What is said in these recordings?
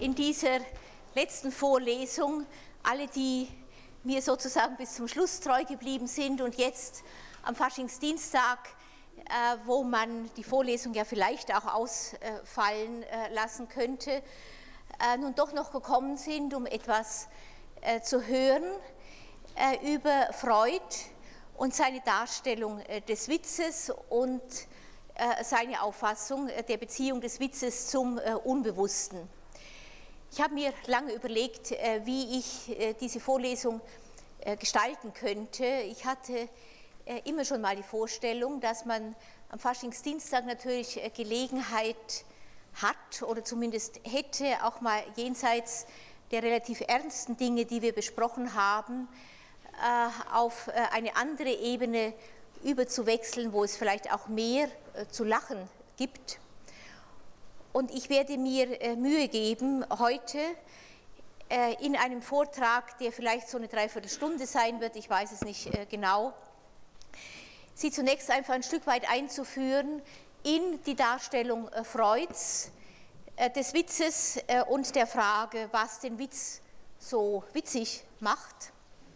in dieser letzten Vorlesung alle, die mir sozusagen bis zum Schluss treu geblieben sind und jetzt am Faschingsdienstag, wo man die Vorlesung ja vielleicht auch ausfallen lassen könnte, nun doch noch gekommen sind, um etwas zu hören über Freud und seine Darstellung des Witzes und seine Auffassung der Beziehung des Witzes zum Unbewussten. Ich habe mir lange überlegt, wie ich diese Vorlesung gestalten könnte. Ich hatte immer schon mal die Vorstellung, dass man am Faschingsdienstag natürlich Gelegenheit hat oder zumindest hätte, auch mal jenseits der relativ ernsten Dinge, die wir besprochen haben, auf eine andere Ebene überzuwechseln, wo es vielleicht auch mehr zu lachen gibt. Und ich werde mir Mühe geben, heute in einem Vortrag, der vielleicht so eine Dreiviertelstunde sein wird, ich weiß es nicht genau, Sie zunächst einfach ein Stück weit einzuführen in die Darstellung Freuds, des Witzes und der Frage, was den Witz so witzig macht.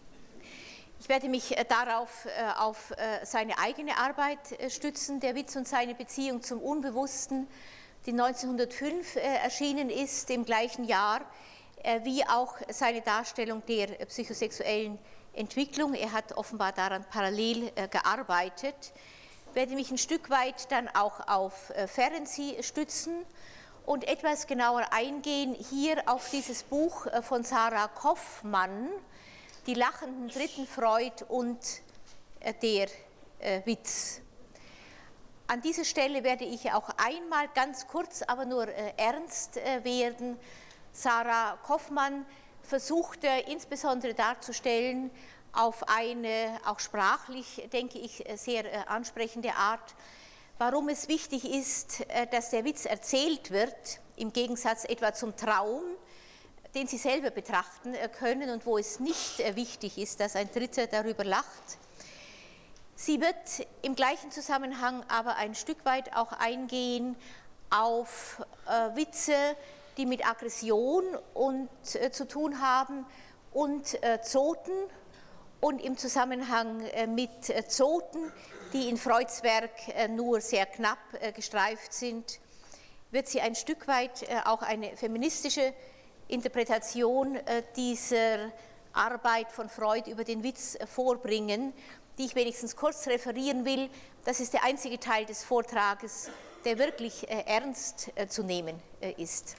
Ich werde mich darauf auf seine eigene Arbeit stützen, der Witz und seine Beziehung zum Unbewussten, die 1905 erschienen ist, im gleichen Jahr, wie auch seine Darstellung der psychosexuellen Entwicklung. Er hat offenbar daran parallel gearbeitet. Ich werde mich ein Stück weit dann auch auf Ferenczi stützen und etwas genauer eingehen hier auf dieses Buch von Sarah Kaufmann, Die lachenden Dritten, Freud und der Witz. An dieser Stelle werde ich auch einmal ganz kurz, aber nur ernst werden. Sarah Kaufmann versuchte insbesondere darzustellen, auf eine auch sprachlich, denke ich, sehr ansprechende Art, warum es wichtig ist, dass der Witz erzählt wird, im Gegensatz etwa zum Traum, den Sie selber betrachten können und wo es nicht wichtig ist, dass ein Dritter darüber lacht. Sie wird im gleichen Zusammenhang aber ein Stück weit auch eingehen auf Witze, die mit Aggression zu tun haben und Zoten und im Zusammenhang mit Zoten, die in Freuds Werk nur sehr knapp gestreift sind, wird sie ein Stück weit auch eine feministische Interpretation dieser Arbeit von Freud über den Witz vorbringen, die ich wenigstens kurz referieren will. Das ist der einzige Teil des Vortrages, der wirklich ernst zu nehmen ist.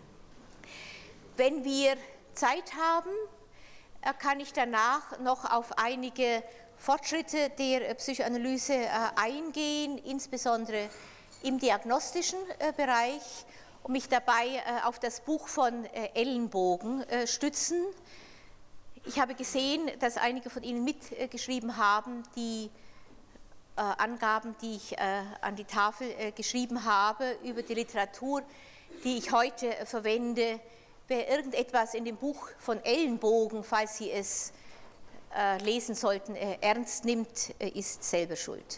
Wenn wir Zeit haben, kann ich danach noch auf einige Fortschritte der Psychoanalyse eingehen, insbesondere im diagnostischen Bereich, und mich dabei auf das Buch von Ellenbogen stützen. Ich habe gesehen, dass einige von Ihnen mitgeschrieben haben, die Angaben, die ich an die Tafel geschrieben habe über die Literatur, die ich heute verwende. Wer irgendetwas in dem Buch von Ellenbogen, falls Sie es lesen sollten, ernst nimmt, ist selber schuld.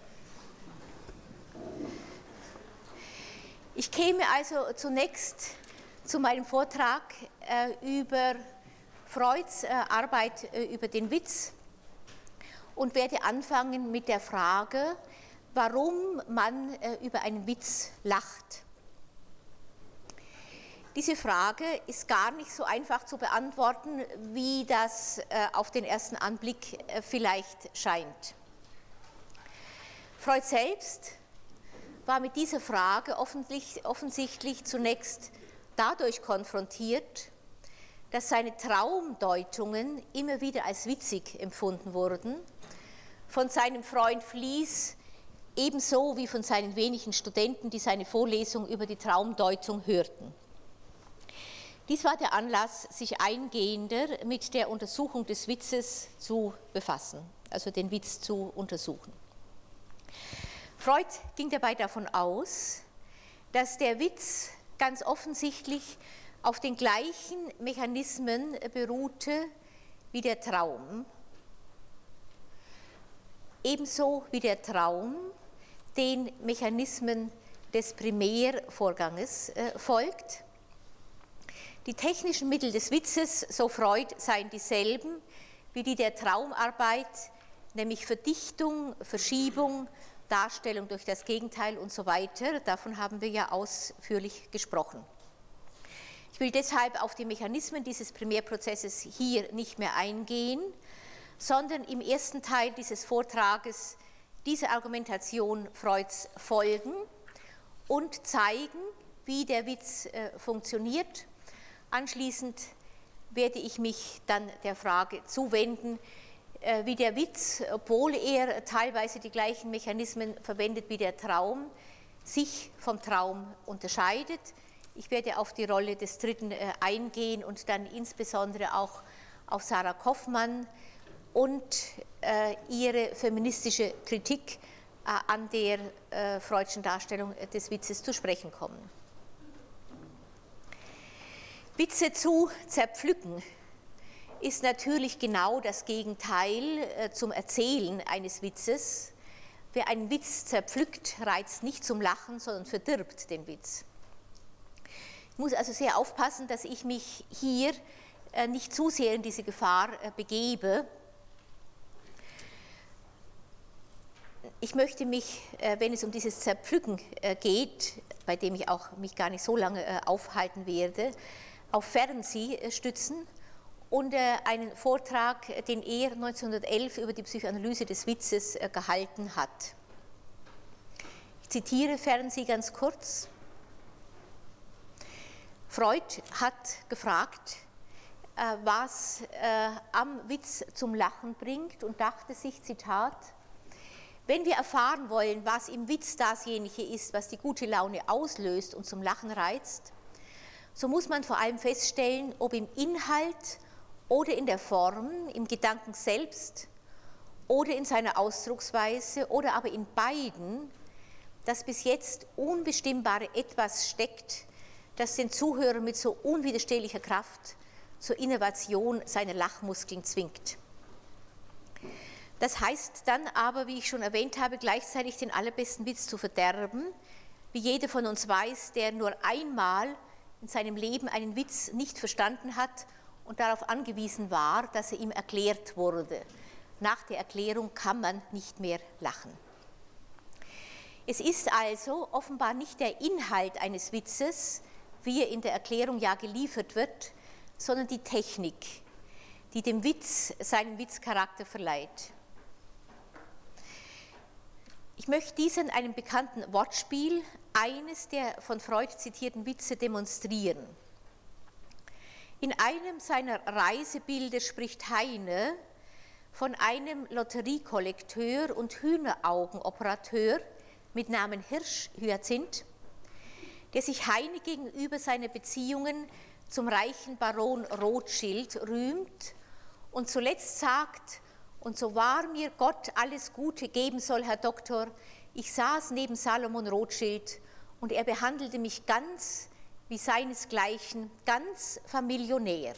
Ich käme also zunächst zu meinem Vortrag über Freuds Arbeit über den Witz und werde anfangen mit der Frage, warum man über einen Witz lacht. Diese Frage ist gar nicht so einfach zu beantworten, wie das auf den ersten Anblick vielleicht scheint. Freud selbst war mit dieser Frage offensichtlich zunächst dadurch konfrontiert, dass seine Traumdeutungen immer wieder als witzig empfunden wurden, von seinem Freund Fliess ebenso wie von seinen wenigen Studenten, die seine Vorlesung über die Traumdeutung hörten. Dies war der Anlass, sich eingehender mit der Untersuchung des Witzes zu befassen, also den Witz zu untersuchen. Freud ging dabei davon aus, dass der Witz ganz offensichtlich auf den gleichen Mechanismen beruhte wie der Traum, ebenso wie der Traum den Mechanismen des Primärvorganges folgt. Die technischen Mittel des Witzes, so Freud, seien dieselben wie die der Traumarbeit, nämlich Verdichtung, Verschiebung, Darstellung durch das Gegenteil und so weiter. Davon haben wir ja ausführlich gesprochen. Ich will deshalb auf die Mechanismen dieses Primärprozesses hier nicht mehr eingehen, sondern im ersten Teil dieses Vortrages dieser Argumentation Freuds folgen und zeigen, wie der Witz funktioniert. Anschließend werde ich mich dann der Frage zuwenden, wie der Witz, obwohl er teilweise die gleichen Mechanismen verwendet wie der Traum, sich vom Traum unterscheidet. Ich werde auf die Rolle des Dritten eingehen und dann insbesondere auch auf Sarah Kaufmann und ihre feministische Kritik an der freudschen Darstellung des Witzes zu sprechen kommen. Witze zu zerpflücken ist natürlich genau das Gegenteil zum Erzählen eines Witzes. Wer einen Witz zerpflückt, reizt nicht zum Lachen, sondern verdirbt den Witz. Ich muss also sehr aufpassen, dass ich mich hier nicht zu sehr in diese Gefahr begebe. Ich möchte mich, wenn es um dieses Zerpflücken geht, bei dem ich auch mich gar nicht so lange aufhalten werde, auf Ferenczi stützen und einen Vortrag, den er 1911 über die Psychoanalyse des Witzes gehalten hat. Ich zitiere Ferenczi ganz kurz. Freud hat gefragt, was am Witz zum Lachen bringt und dachte sich, Zitat, wenn wir erfahren wollen, was im Witz dasjenige ist, was die gute Laune auslöst und zum Lachen reizt, so muss man vor allem feststellen, ob im Inhalt oder in der Form, im Gedanken selbst oder in seiner Ausdrucksweise oder aber in beiden das bis jetzt unbestimmbare Etwas steckt, das den Zuhörer mit so unwiderstehlicher Kraft zur Innovation seiner Lachmuskeln zwingt. Das heißt dann aber, wie ich schon erwähnt habe, gleichzeitig den allerbesten Witz zu verderben, wie jeder von uns weiß, der nur einmal in seinem Leben einen Witz nicht verstanden hat und darauf angewiesen war, dass er ihm erklärt wurde. Nach der Erklärung kann man nicht mehr lachen. Es ist also offenbar nicht der Inhalt eines Witzes, wie er in der Erklärung ja geliefert wird, sondern die Technik, die dem Witz seinen Witzcharakter verleiht. Ich möchte dies in einem bekannten Wortspiel, eines der von Freud zitierten Witze, demonstrieren. In einem seiner Reisebilder spricht Heine von einem Lotteriekollekteur und Hühneraugenoperateur mit Namen Hirsch Hyazinth, der sich Heine gegenüber seine Beziehungen zum reichen Baron Rothschild rühmt und zuletzt sagt, und so wahr mir Gott alles Gute geben soll, Herr Doktor, ich saß neben Salomon Rothschild und er behandelte mich ganz wie seinesgleichen, ganz familionär.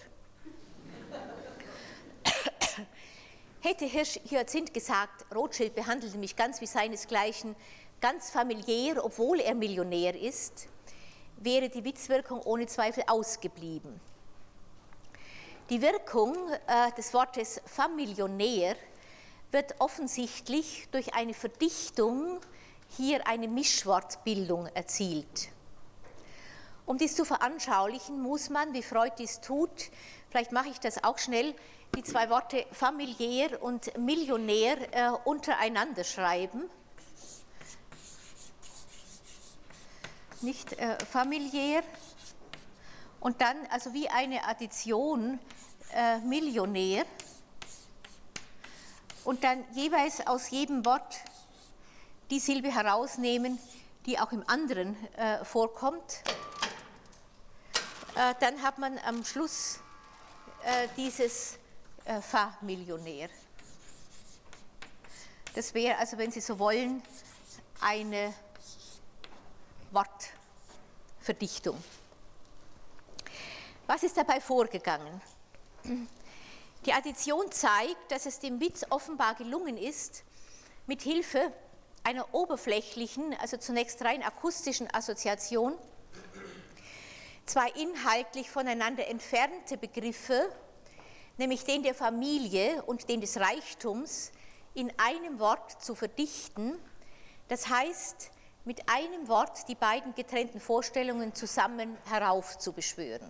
Hätte Hirsch Hyazinth gesagt, Rothschild behandelte mich ganz wie seinesgleichen, ganz familiär, obwohl er Millionär ist, wäre die Witzwirkung ohne Zweifel ausgeblieben. Die Wirkung des Wortes familionär wird offensichtlich durch eine Verdichtung, hier eine Mischwortbildung erzielt. Um dies zu veranschaulichen, muss man, wie Freud dies tut, vielleicht mache ich das auch schnell, die zwei Worte familiär und Millionär untereinander schreiben. Nicht familiär und dann also wie eine Addition Millionär und dann jeweils aus jedem Wort die Silbe herausnehmen, die auch im anderen vorkommt. Dann hat man am Schluss dieses Familionär. Das wäre also, wenn Sie so wollen, eine Wortverdichtung. Was ist dabei vorgegangen? Die Addition zeigt, dass es dem Witz offenbar gelungen ist, mit Hilfe einer oberflächlichen, also zunächst rein akustischen Assoziation, zwei inhaltlich voneinander entfernte Begriffe, nämlich den der Familie und den des Reichtums, in einem Wort zu verdichten, das heißt, mit einem Wort die beiden getrennten Vorstellungen zusammen heraufzubeschwören.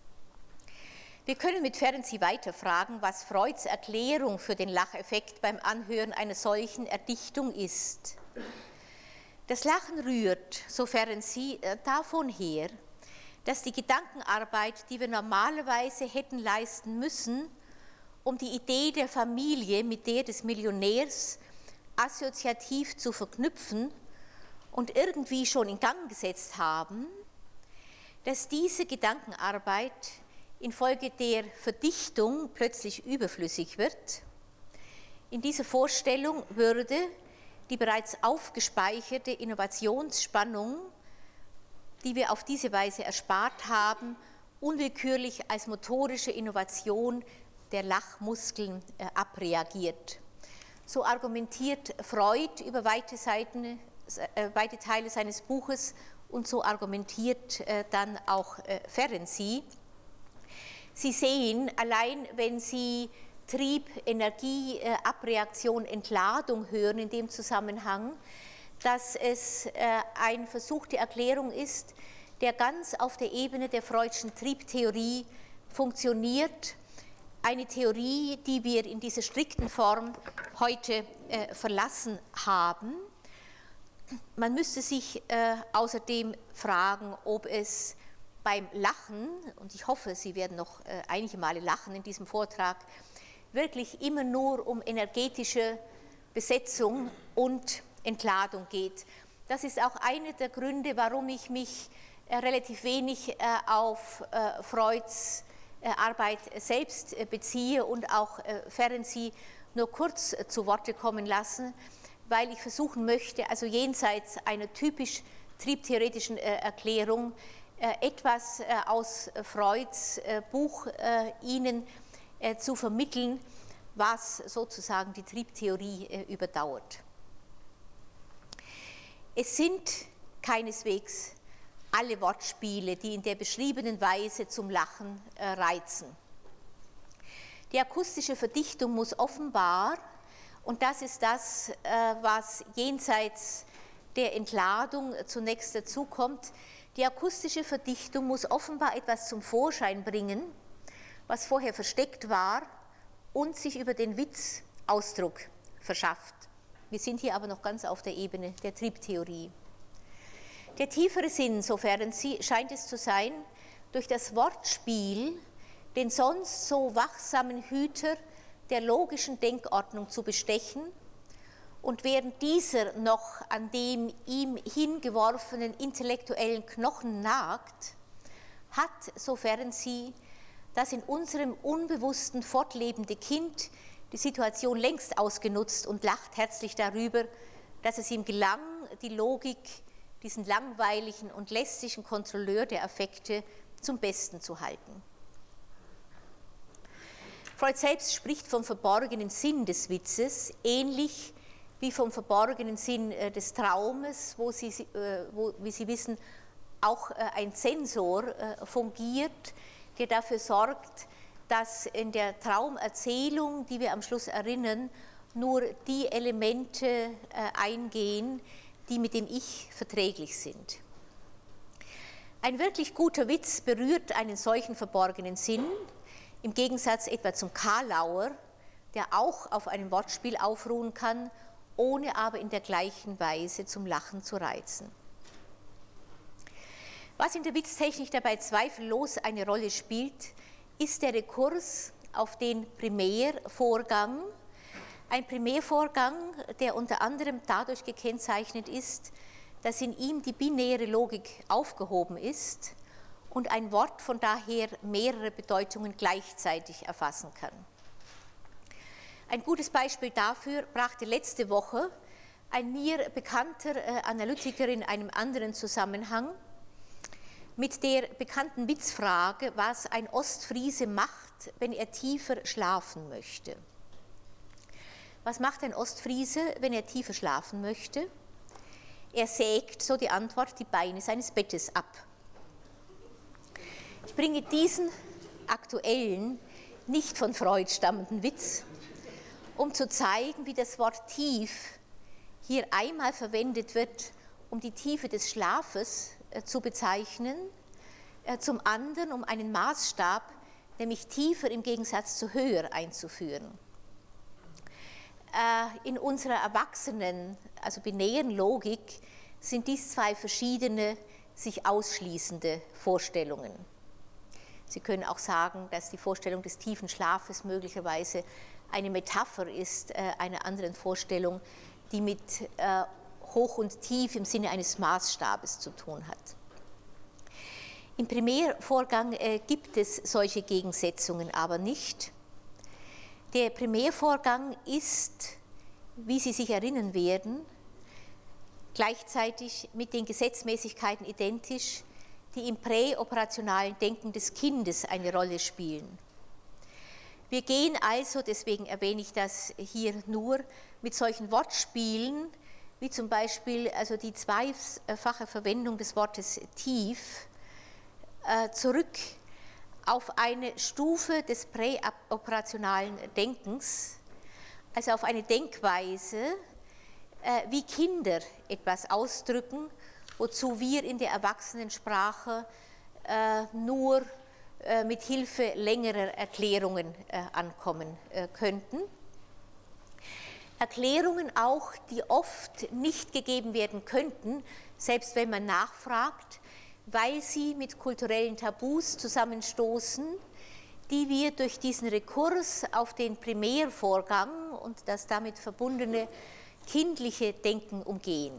Wir können mit Ferenczi weiterfragen, was Freuds Erklärung für den Lacheffekt beim Anhören einer solchen Erdichtung ist. Das Lachen rührt, so Ferenczi, davon her, dass die Gedankenarbeit, die wir normalerweise hätten leisten müssen, um die Idee der Familie mit der des Millionärs assoziativ zu verknüpfen und irgendwie schon in Gang gesetzt haben, dass diese Gedankenarbeit infolge der Verdichtung plötzlich überflüssig wird. In dieser Vorstellung würde die bereits aufgespeicherte Innovationsspannung, die wir auf diese Weise erspart haben, unwillkürlich als motorische Innovation der Lachmuskeln abreagiert. So argumentiert Freud über weite Teile seines Buches und so argumentiert dann auch Ferenczi. Sie sehen, allein wenn Sie Trieb, Energie, Abreaktion, Entladung hören in dem Zusammenhang, dass es eine versuchte Erklärung ist, der ganz auf der Ebene der Freudschen Triebtheorie funktioniert. Eine Theorie, die wir in dieser strikten Form heute verlassen haben. Man müsste sich außerdem fragen, ob es beim Lachen, und ich hoffe, Sie werden noch einige Male lachen in diesem Vortrag, wirklich immer nur um energetische Besetzung und Entladung geht. Das ist auch einer der Gründe, warum ich mich relativ wenig auf Freuds Arbeit selbst beziehe und auch Ferenczi nur kurz zu Worte kommen lassen, weil ich versuchen möchte, also jenseits einer typisch triebtheoretischen Erklärung, etwas aus Freuds Buch Ihnen zu vermitteln, was sozusagen die Triebtheorie überdauert. Es sind keineswegs alle Wortspiele, die in der beschriebenen Weise zum Lachen reizen. Die akustische Verdichtung muss offenbar, und das ist das, was jenseits der Entladung zunächst dazukommt, die akustische Verdichtung muss offenbar etwas zum Vorschein bringen, was vorher versteckt war und sich über den Witz Ausdruck verschafft. Wir sind hier aber noch ganz auf der Ebene der Triebtheorie. Der tiefere Sinn, so Ferenczi, scheint es zu sein, durch das Wortspiel den sonst so wachsamen Hüter der logischen Denkordnung zu bestechen und während dieser noch an dem ihm hingeworfenen intellektuellen Knochen nagt, hat, so Ferenczi, das in unserem unbewussten fortlebende Kind die Situation längst ausgenutzt und lacht herzlich darüber, dass es ihm gelang, die Logik, diesen langweiligen und lästigen Kontrolleur der Affekte zum Besten zu halten. Freud selbst spricht vom verborgenen Sinn des Witzes, ähnlich wie vom verborgenen Sinn des Traumes, wo, wie Sie wissen, auch ein Zensor fungiert, der dafür sorgt, dass in der Traumerzählung, die wir am Schluss erinnern, nur die Elemente eingehen, die mit dem Ich verträglich sind. Ein wirklich guter Witz berührt einen solchen verborgenen Sinn, im Gegensatz etwa zum Karlauer, der auch auf einem Wortspiel aufruhen kann, ohne aber in der gleichen Weise zum Lachen zu reizen. Was in der Witztechnik dabei zweifellos eine Rolle spielt, ist der Rekurs auf den Primärvorgang. Ein Primärvorgang, der unter anderem dadurch gekennzeichnet ist, dass in ihm die binäre Logik aufgehoben ist und ein Wort von daher mehrere Bedeutungen gleichzeitig erfassen kann. Ein gutes Beispiel dafür brachte letzte Woche ein mir bekannter Analytiker in einem anderen Zusammenhang mit der bekannten Witzfrage, was ein Ostfriese macht, wenn er tiefer schlafen möchte. Was macht ein Ostfriese, wenn er tiefer schlafen möchte? Er sägt, so die Antwort, die Beine seines Bettes ab. bringe diesen aktuellen, nicht von Freud stammenden Witz, um zu zeigen, wie das Wort tief hier einmal verwendet wird, um die Tiefe des Schlafes zu bezeichnen, zum anderen um einen Maßstab, nämlich tiefer im Gegensatz zu höher einzuführen. In unserer erwachsenen, also binären Logik sind dies zwei verschiedene, sich ausschließende Vorstellungen. Sie können auch sagen, dass die Vorstellung des tiefen Schlafes möglicherweise eine Metapher ist einer anderen Vorstellung, die mit hoch und tief im Sinne eines Maßstabes zu tun hat. Im Primärvorgang gibt es solche Gegensetzungen aber nicht. Der Primärvorgang ist, wie Sie sich erinnern werden, gleichzeitig mit den Gesetzmäßigkeiten identisch, die im präoperationalen Denken des Kindes eine Rolle spielen. Wir gehen also, deswegen erwähne ich das hier nur, mit solchen Wortspielen, wie zum Beispiel also die zweifache Verwendung des Wortes tief, zurück auf eine Stufe des präoperationalen Denkens, also auf eine Denkweise, wie Kinder etwas ausdrücken, wozu wir in der Erwachsenensprache nur mit Hilfe längerer Erklärungen ankommen könnten. Erklärungen auch, die oft nicht gegeben werden könnten, selbst wenn man nachfragt, weil sie mit kulturellen Tabus zusammenstoßen, die wir durch diesen Rekurs auf den Primärvorgang und das damit verbundene kindliche Denken umgehen.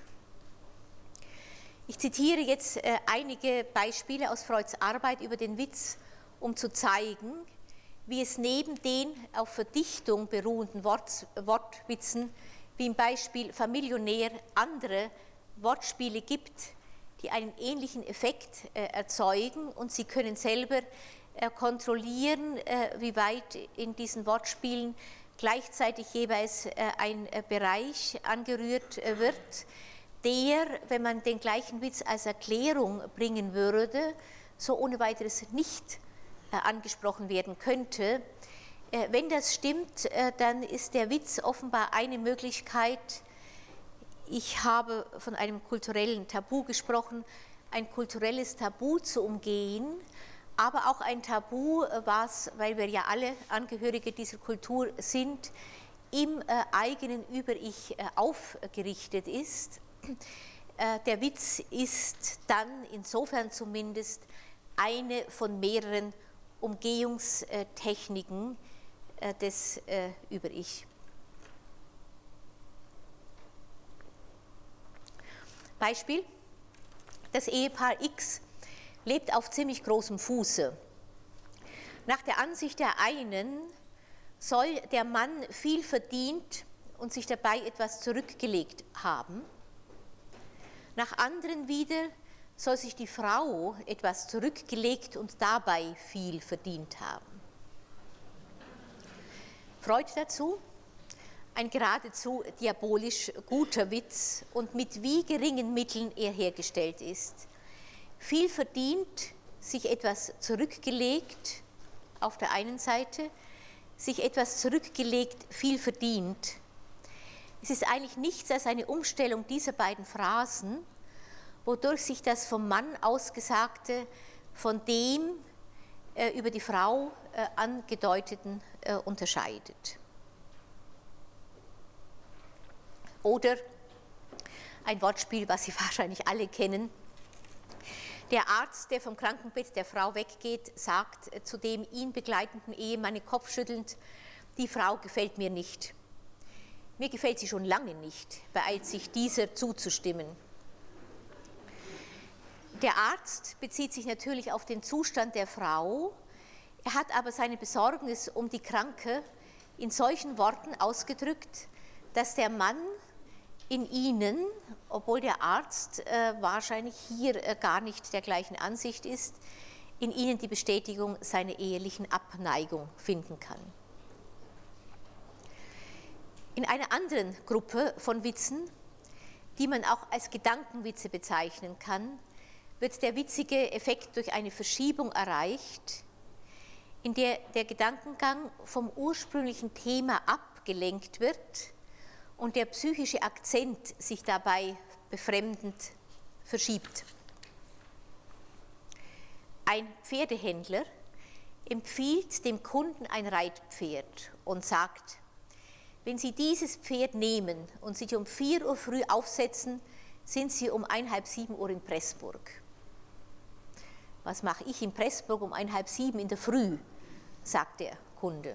Ich zitiere jetzt einige Beispiele aus Freuds Arbeit über den Witz, um zu zeigen, wie es neben den auf Verdichtung beruhenden Wortwitzen, wie im Beispiel Familionär, andere Wortspiele gibt, die einen ähnlichen Effekt erzeugen, und Sie können selber kontrollieren, wie weit in diesen Wortspielen gleichzeitig jeweils ein Bereich angerührt wird, der, wenn man den gleichen Witz als Erklärung bringen würde, so ohne weiteres nicht angesprochen werden könnte. Wenn das stimmt, dann ist der Witz offenbar eine Möglichkeit. Ich habe von einem kulturellen Tabu gesprochen, ein kulturelles Tabu zu umgehen, aber auch ein Tabu, was, weil wir ja alle Angehörige dieser Kultur sind, im eigenen Über-Ich aufgerichtet ist. Der Witz ist dann insofern zumindest eine von mehreren Umgehungstechniken des Über-Ich. Beispiel: Das Ehepaar X lebt auf ziemlich großem Fuße. Nach der Ansicht der einen soll der Mann viel verdient und sich dabei etwas zurückgelegt haben. Nach anderen wieder soll sich die Frau etwas zurückgelegt und dabei viel verdient haben. Freud dazu: Ein geradezu diabolisch guter Witz und mit wie geringen Mitteln er hergestellt ist. Viel verdient, sich etwas zurückgelegt auf der einen Seite, sich etwas zurückgelegt, viel verdient. Es ist eigentlich nichts als eine Umstellung dieser beiden Phrasen, wodurch sich das vom Mann Ausgesagte von dem über die Frau Angedeuteten unterscheidet. Oder ein Wortspiel, was Sie wahrscheinlich alle kennen. Der Arzt, der vom Krankenbett der Frau weggeht, sagt zu dem ihn begleitenden Ehemann kopfschüttelnd: Die Frau gefällt mir nicht. Mir gefällt sie schon lange nicht, beeilt sich dieser zuzustimmen. Der Arzt bezieht sich natürlich auf den Zustand der Frau, er hat aber seine Besorgnis um die Kranke in solchen Worten ausgedrückt, dass der Mann in ihnen, obwohl der Arzt wahrscheinlich hier gar nicht der gleichen Ansicht ist, in ihnen die Bestätigung seiner ehelichen Abneigung finden kann. In einer anderen Gruppe von Witzen, die man auch als Gedankenwitze bezeichnen kann, wird der witzige Effekt durch eine Verschiebung erreicht, in der der Gedankengang vom ursprünglichen Thema abgelenkt wird und der psychische Akzent sich dabei befremdend verschiebt. Ein Pferdehändler empfiehlt dem Kunden ein Reitpferd und sagt: Wenn Sie dieses Pferd nehmen und sich um 4 Uhr früh aufsetzen, sind Sie um 6:30 Uhr in Pressburg. Was mache ich in Pressburg um 6:30 in der Früh, sagt der Kunde.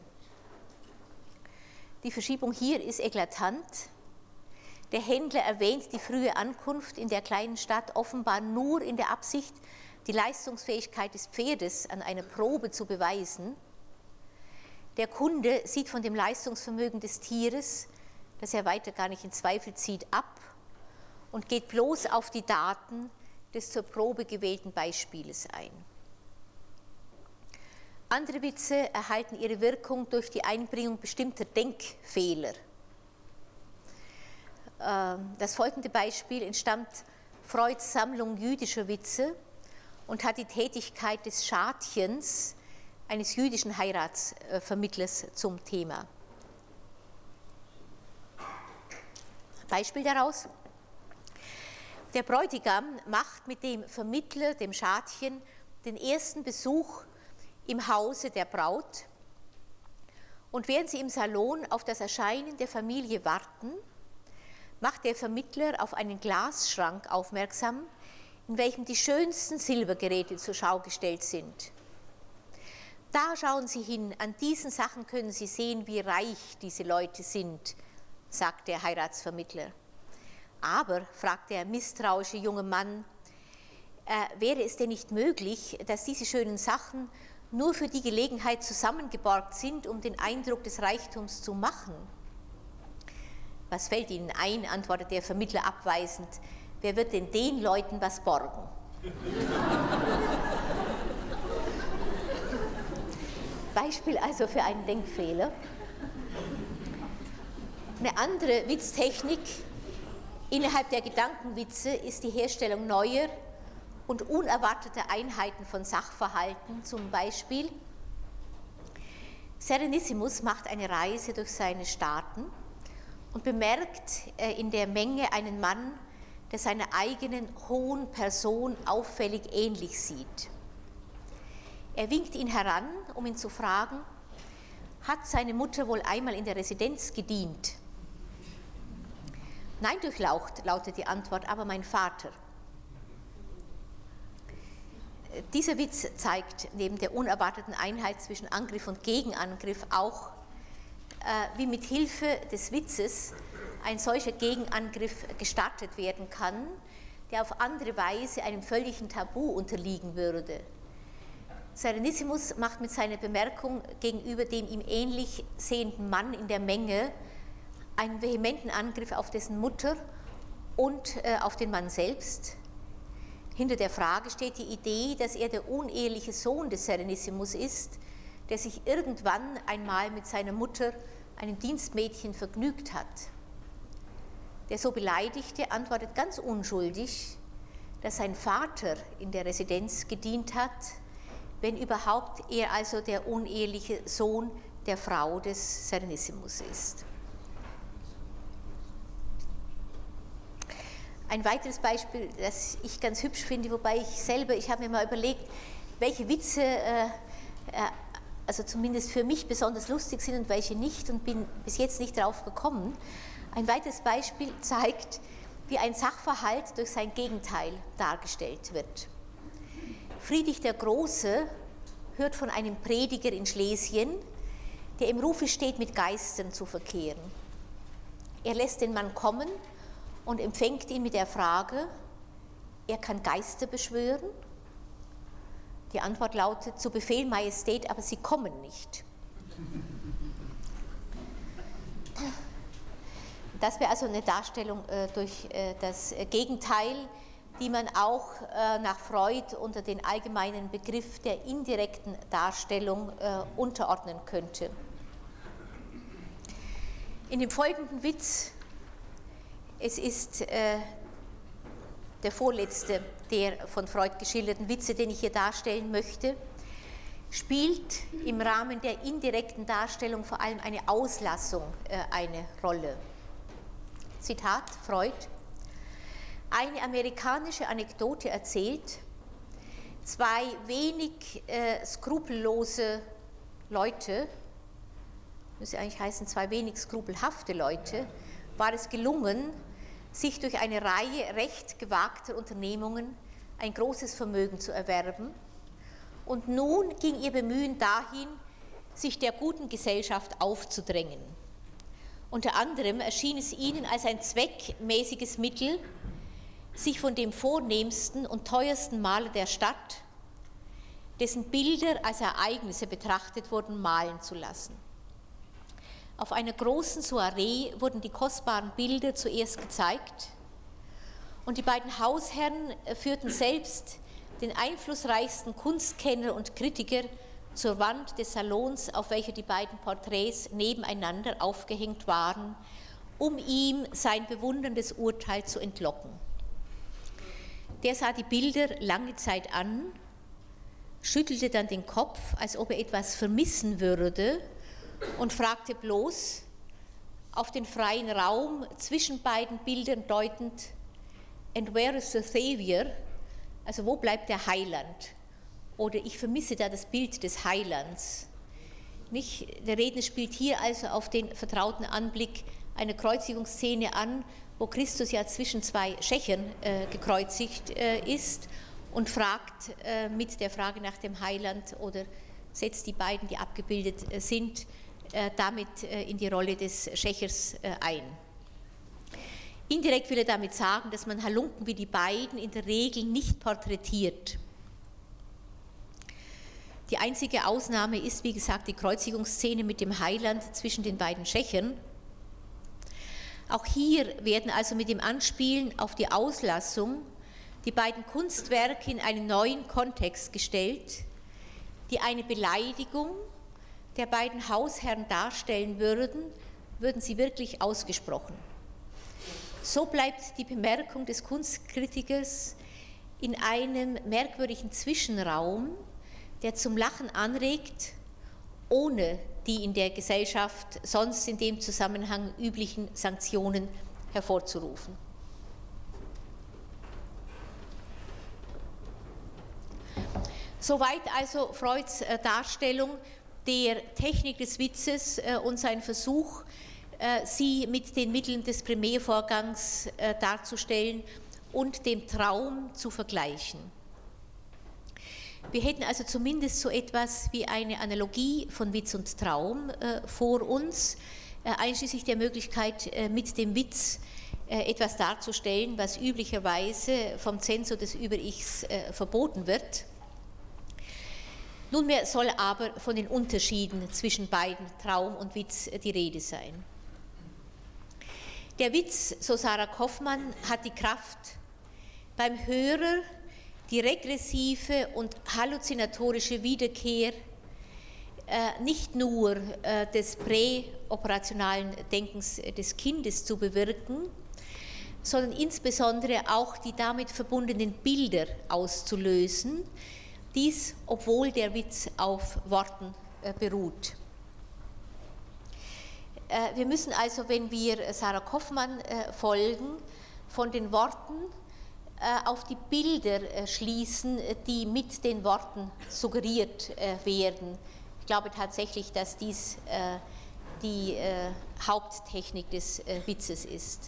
Die Verschiebung hier ist eklatant. Der Händler erwähnt die frühe Ankunft in der kleinen Stadt offenbar nur in der Absicht, die Leistungsfähigkeit des Pferdes an einer Probe zu beweisen. Der Kunde sieht von dem Leistungsvermögen des Tieres, das er weiter gar nicht in Zweifel zieht, ab und geht bloß auf die Daten des zur Probe gewählten Beispieles ein. Andere Witze erhalten ihre Wirkung durch die Einbringung bestimmter Denkfehler. Das folgende Beispiel entstammt Freuds Sammlung jüdischer Witze und hat die Tätigkeit des Schadchens, eines jüdischen Heiratsvermittlers, zum Thema. Beispiel daraus: Der Bräutigam macht mit dem Vermittler, dem Schadchen, den ersten Besuch im Hause der Braut, und während sie im Salon auf das Erscheinen der Familie warten, macht der Vermittler auf einen Glasschrank aufmerksam, in welchem die schönsten Silbergeräte zur Schau gestellt sind. Da schauen Sie hin, an diesen Sachen können Sie sehen, wie reich diese Leute sind, sagt der Heiratsvermittler. Aber, fragt der misstrauische junge Mann, wäre es denn nicht möglich, dass diese schönen Sachen nur für die Gelegenheit zusammengeborgt sind, um den Eindruck des Reichtums zu machen? Was fällt Ihnen ein, antwortet der Vermittler abweisend. Wer wird denn den Leuten was borgen? Beispiel also für einen Denkfehler. Eine andere Witztechnik innerhalb der Gedankenwitze ist die Herstellung neuer und unerwarteter Einheiten von Sachverhalten. Zum Beispiel: Serenissimus macht eine Reise durch seine Staaten und bemerkt in der Menge einen Mann, der seiner eigenen hohen Person auffällig ähnlich sieht. Er winkt ihn heran, um ihn zu fragen: Hat seine Mutter wohl einmal in der Residenz gedient? Nein, durchlaucht, lautet die Antwort, aber mein Vater. Dieser Witz zeigt neben der unerwarteten Einheit zwischen Angriff und Gegenangriff auch, wie mit Hilfe des Witzes ein solcher Gegenangriff gestartet werden kann, der auf andere Weise einem völligen Tabu unterliegen würde. Serenissimus macht mit seiner Bemerkung gegenüber dem ihm ähnlich sehenden Mann in der Menge einen vehementen Angriff auf dessen Mutter und auf den Mann selbst. Hinter der Frage steht die Idee, dass er der uneheliche Sohn des Serenissimus ist, der sich irgendwann einmal mit seiner Mutter, einem Dienstmädchen, vergnügt hat. Der so Beleidigte antwortet ganz unschuldig, dass sein Vater in der Residenz gedient hat, wenn überhaupt er also der uneheliche Sohn der Frau des Serenissimus ist. Ein weiteres Beispiel, das ich ganz hübsch finde, wobei ich habe mir mal überlegt, welche Witze also zumindest für mich besonders lustig sind und welche nicht, und bin bis jetzt nicht darauf gekommen. Ein weiteres Beispiel zeigt, wie ein Sachverhalt durch sein Gegenteil dargestellt wird. Friedrich der Große hört von einem Prediger in Schlesien, der im Rufe steht, mit Geistern zu verkehren. Er lässt den Mann kommen und empfängt ihn mit der Frage: Er kann Geister beschwören? Die Antwort lautet: Zu Befehl, Majestät, aber sie kommen nicht. Das wäre also eine Darstellung durch das Gegenteil, die man auch nach Freud unter den allgemeinen Begriff der indirekten Darstellung unterordnen könnte. In dem folgenden Witz, es ist der vorletzte der von Freud geschilderten Witze, den ich hier darstellen möchte, spielt im Rahmen der indirekten Darstellung vor allem eine Auslassung eine Rolle. Zitat Freud: Eine amerikanische Anekdote erzählt, zwei wenig skrupellose Leute, müsste eigentlich heißen, zwei wenig skrupelhafte Leute, war es gelungen, sich durch eine Reihe recht gewagter Unternehmungen ein großes Vermögen zu erwerben. Und nun ging ihr Bemühen dahin, sich der guten Gesellschaft aufzudrängen. Unter anderem erschien es ihnen als ein zweckmäßiges Mittel, sich von dem vornehmsten und teuersten Maler der Stadt, dessen Bilder als Ereignisse betrachtet wurden, malen zu lassen. Auf einer großen Soiree wurden die kostbaren Bilder zuerst gezeigt und die beiden Hausherren führten selbst den einflussreichsten Kunstkenner und Kritiker zur Wand des Salons, auf welcher die beiden Porträts nebeneinander aufgehängt waren, um ihm sein bewunderndes Urteil zu entlocken. Der sah die Bilder lange Zeit an, schüttelte dann den Kopf, als ob er etwas vermissen würde, und fragte bloß, auf den freien Raum zwischen beiden Bildern deutend: And where is the Savior? Also wo bleibt der Heiland? Oder ich vermisse da das Bild des Heilands. Nicht? Der Redner spielt hier also auf den vertrauten Anblick einer Kreuzigungsszene an, wo Christus ja zwischen zwei Schächern gekreuzigt ist und fragt mit der Frage nach dem Heiland oder setzt die beiden, die abgebildet sind, damit in die Rolle des Schächers ein. Indirekt will er damit sagen, dass man Halunken wie die beiden in der Regel nicht porträtiert. Die einzige Ausnahme ist, wie gesagt, die Kreuzigungsszene mit dem Heiland zwischen den beiden Schächern. Auch hier werden also mit dem Anspielen auf die Auslassung die beiden Kunstwerke in einen neuen Kontext gestellt, die eine Beleidigung der beiden Hausherren darstellen würden sie wirklich ausgesprochen. So bleibt die Bemerkung des Kunstkritikers in einem merkwürdigen Zwischenraum, der zum Lachen anregt, ohne die in der Gesellschaft sonst in dem Zusammenhang üblichen Sanktionen hervorzurufen. Soweit also Freuds Darstellung der Technik des Witzes und sein Versuch, sie mit den Mitteln des Primärvorgangs darzustellen und dem Traum zu vergleichen. Wir hätten also zumindest so etwas wie eine Analogie von Witz und Traum vor uns, einschließlich der Möglichkeit, mit dem Witz etwas darzustellen, was üblicherweise vom Zensor des Über-Ichs verboten wird. Nunmehr soll aber von den Unterschieden zwischen beiden, Traum und Witz, die Rede sein. Der Witz, so Sarah Kaufmann, hat die Kraft, beim Hörer die regressive und halluzinatorische Wiederkehr nicht nur des präoperationalen Denkens des Kindes zu bewirken, sondern insbesondere auch die damit verbundenen Bilder auszulösen, dies, obwohl der Witz auf Worten beruht. Wir müssen also, wenn wir Sarah Kaufmann folgen, von den Worten auf die Bilder schließen, die mit den Worten suggeriert werden. Ich glaube tatsächlich, dass dies die Haupttechnik des Witzes ist.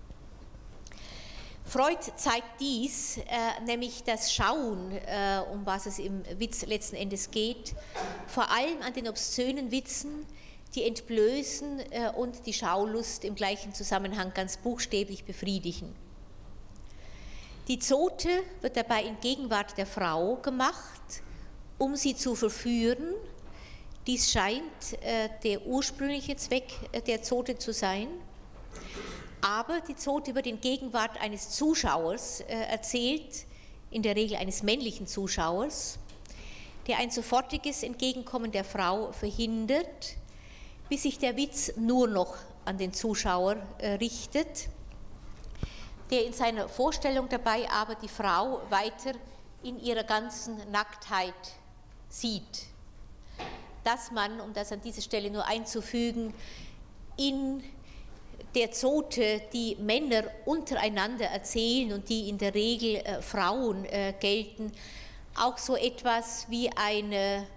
Freud zeigt dies, nämlich das Schauen, um was es im Witz letzten Endes geht, vor allem an den obszönen Witzen, die entblößen und die Schaulust im gleichen Zusammenhang ganz buchstäblich befriedigen. Die Zote wird dabei in Gegenwart der Frau gemacht, um sie zu verführen. Dies scheint der ursprüngliche Zweck der Zote zu sein. Aber die Zote wird in Gegenwart eines Zuschauers erzählt, in der Regel eines männlichen Zuschauers, der ein sofortiges Entgegenkommen der Frau verhindert, bis sich der Witz nur noch an den Zuschauer richtet. der in seiner Vorstellung dabei aber die Frau weiter in ihrer ganzen Nacktheit sieht. Dass man, um das an dieser Stelle nur einzufügen, in der Zote, die Männer untereinander erzählen und die in der Regel Frauen gelten, auch so etwas wie eine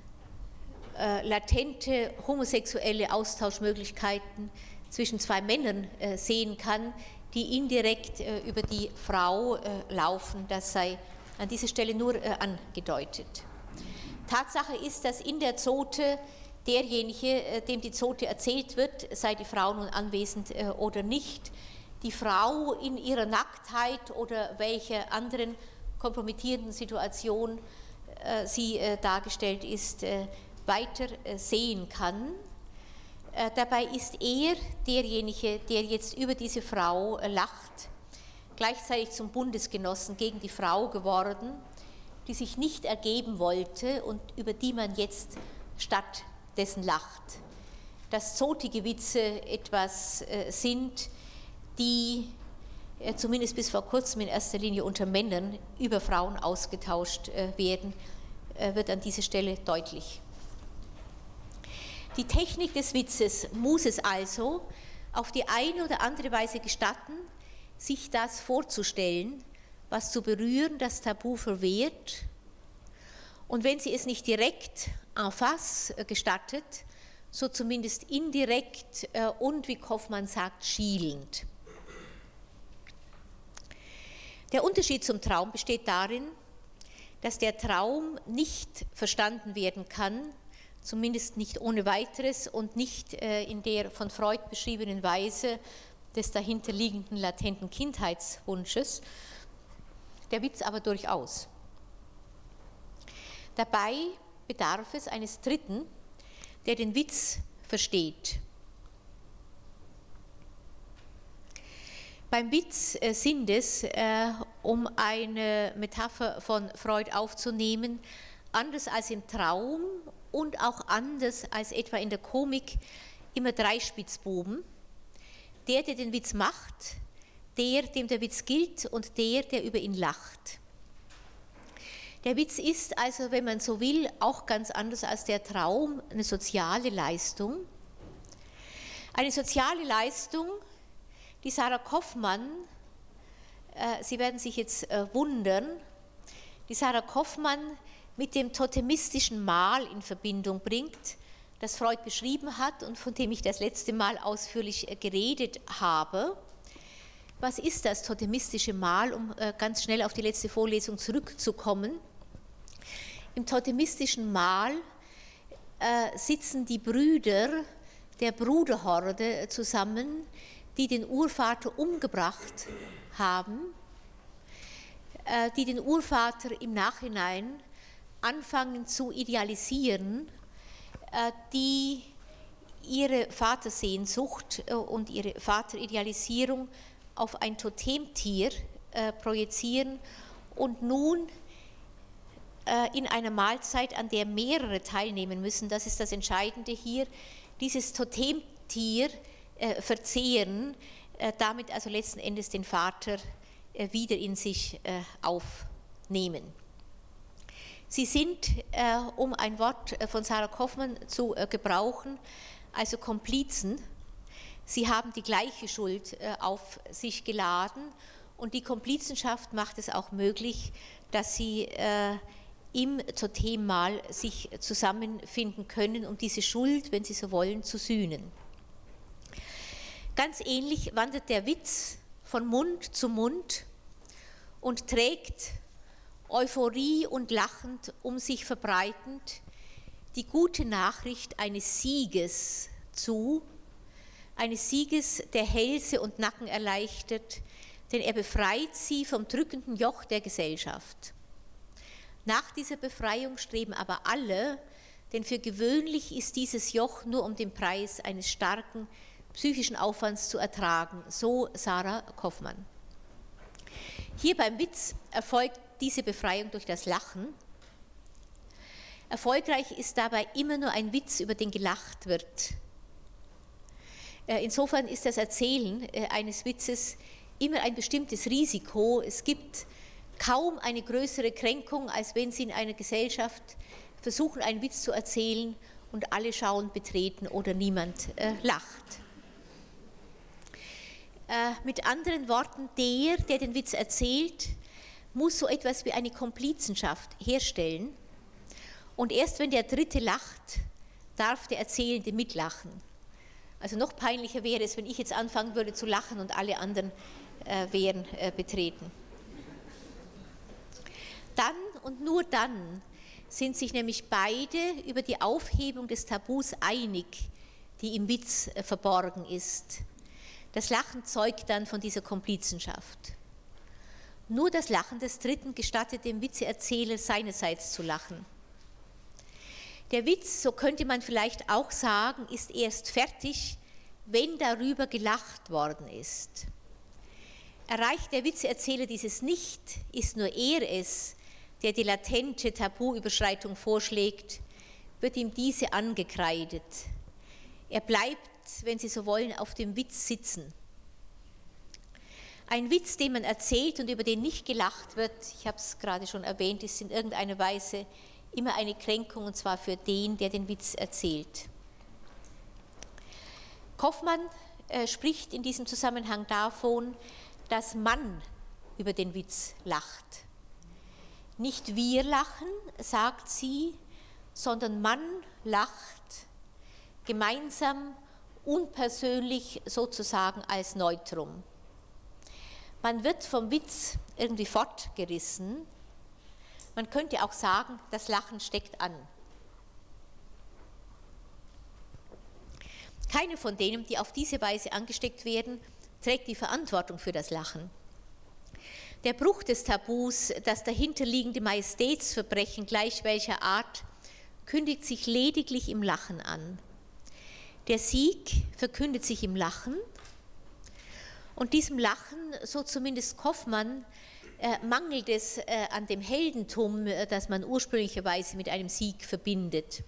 latente homosexuelle Austauschmöglichkeiten zwischen zwei Männern sehen kann, die indirekt über die Frau laufen. Das sei an dieser Stelle nur angedeutet. Tatsache ist, dass in der Zote derjenige, dem die Zote erzählt wird, sei die Frau nun anwesend oder nicht, die Frau in ihrer Nacktheit oder welcher anderen kompromittierenden Situation sie dargestellt ist, weiter sehen kann. Dabei ist er derjenige, der jetzt über diese Frau lacht, gleichzeitig zum Bundesgenossen gegen die Frau geworden, die sich nicht ergeben wollte und über die man jetzt stattdessen lacht. Dass zotige Witze etwas sind, die zumindest bis vor kurzem in erster Linie unter Männern über Frauen ausgetauscht werden, wird an dieser Stelle deutlich. Die Technik des Witzes muss es also auf die eine oder andere Weise gestatten, sich das vorzustellen, was zu berühren das Tabu verwehrt, und wenn sie es nicht direkt en face gestattet, so zumindest indirekt und, wie Kaufmann sagt, schielend. Der Unterschied zum Traum besteht darin, dass der Traum nicht verstanden werden kann, zumindest nicht ohne weiteres und nicht in der von Freud beschriebenen Weise des dahinterliegenden latenten Kindheitswunsches, der Witz aber durchaus. Dabei bedarf es eines Dritten, der den Witz versteht. Beim Witz sind es, um eine Metapher von Freud aufzunehmen, anders als im Traum und auch anders als etwa in der Komik, immer drei Spitzbuben. Der den Witz macht, der, dem der Witz gilt, und der über ihn lacht. Der Witz ist also, wenn man so will, auch ganz anders als der Traum, eine soziale Leistung. Eine soziale Leistung, die Sarah Kaufmann, Sie werden sich jetzt wundern, die Sarah Kaufmann mit dem totemistischen Mal in Verbindung bringt, das Freud beschrieben hat und von dem ich das letzte Mal ausführlich geredet habe. Was ist das totemistische Mal, um ganz schnell auf die letzte Vorlesung zurückzukommen? Im totemistischen Mal sitzen die Brüder der Bruderhorde zusammen, die den Urvater umgebracht haben, die den Urvater im Nachhinein anfangen zu idealisieren, die ihre Vatersehnsucht und ihre Vateridealisierung auf ein Totemtier projizieren und nun in einer Mahlzeit, an der mehrere teilnehmen müssen, das ist das Entscheidende hier, dieses Totemtier verzehren, damit also letzten Endes den Vater wieder in sich aufnehmen. Sie sind, um ein Wort von Sarah Kaufmann zu gebrauchen, also Komplizen. Sie haben die gleiche Schuld auf sich geladen und die Komplizenschaft macht es auch möglich, dass sie im Totemmahl sich zusammenfinden können, um diese Schuld, wenn Sie so wollen, zu sühnen. Ganz ähnlich wandert der Witz von Mund zu Mund und trägt Euphorie und lachend um sich verbreitend die gute Nachricht eines Sieges zu, eines Sieges, der Hälse und Nacken erleichtert, denn er befreit sie vom drückenden Joch der Gesellschaft. Nach dieser Befreiung streben aber alle, denn für gewöhnlich ist dieses Joch nur um den Preis eines starken psychischen Aufwands zu ertragen, so Sarah Kaufmann. Hier beim Witz erfolgt diese Befreiung durch das Lachen. Erfolgreich ist dabei immer nur ein Witz, über den gelacht wird. Insofern ist das Erzählen eines Witzes immer ein bestimmtes Risiko. Es gibt kaum eine größere Kränkung, als wenn Sie in einer Gesellschaft versuchen, einen Witz zu erzählen und alle schauen betreten oder niemand lacht. Mit anderen Worten, der den Witz erzählt, muss so etwas wie eine Komplizenschaft herstellen. Und erst wenn der Dritte lacht, darf der Erzählende mitlachen. Also noch peinlicher wäre es, wenn ich jetzt anfangen würde zu lachen und alle anderen wären betreten. Dann und nur dann sind sich nämlich beide über die Aufhebung des Tabus einig, die im Witz verborgen ist. Das Lachen zeugt dann von dieser Komplizenschaft. Nur das Lachen des Dritten gestattet dem Witzeerzähler seinerseits zu lachen. Der Witz, so könnte man vielleicht auch sagen, ist erst fertig, wenn darüber gelacht worden ist. Erreicht der Witzeerzähler dieses nicht, ist nur er es, der die latente Tabuüberschreitung vorschlägt, wird ihm diese angekreidet. Er bleibt, wenn Sie so wollen, auf dem Witz sitzen. Ein Witz, den man erzählt und über den nicht gelacht wird, ich habe es gerade schon erwähnt, ist in irgendeiner Weise immer eine Kränkung, und zwar für den, der den Witz erzählt. Kaufmann spricht in diesem Zusammenhang davon, dass man über den Witz lacht. Nicht wir lachen, sagt sie, sondern man lacht gemeinsam, unpersönlich sozusagen als Neutrum. Man wird vom Witz irgendwie fortgerissen. Man könnte auch sagen, das Lachen steckt an. Keine von denen, die auf diese Weise angesteckt werden, trägt die Verantwortung für das Lachen. Der Bruch des Tabus, das dahinterliegende Majestätsverbrechen gleich welcher Art, kündigt sich lediglich im Lachen an. Der Sieg verkündet sich im Lachen, und diesem Lachen, so zumindest Kaufmann, mangelt es an dem Heldentum, das man ursprünglicherweise mit einem Sieg verbindet.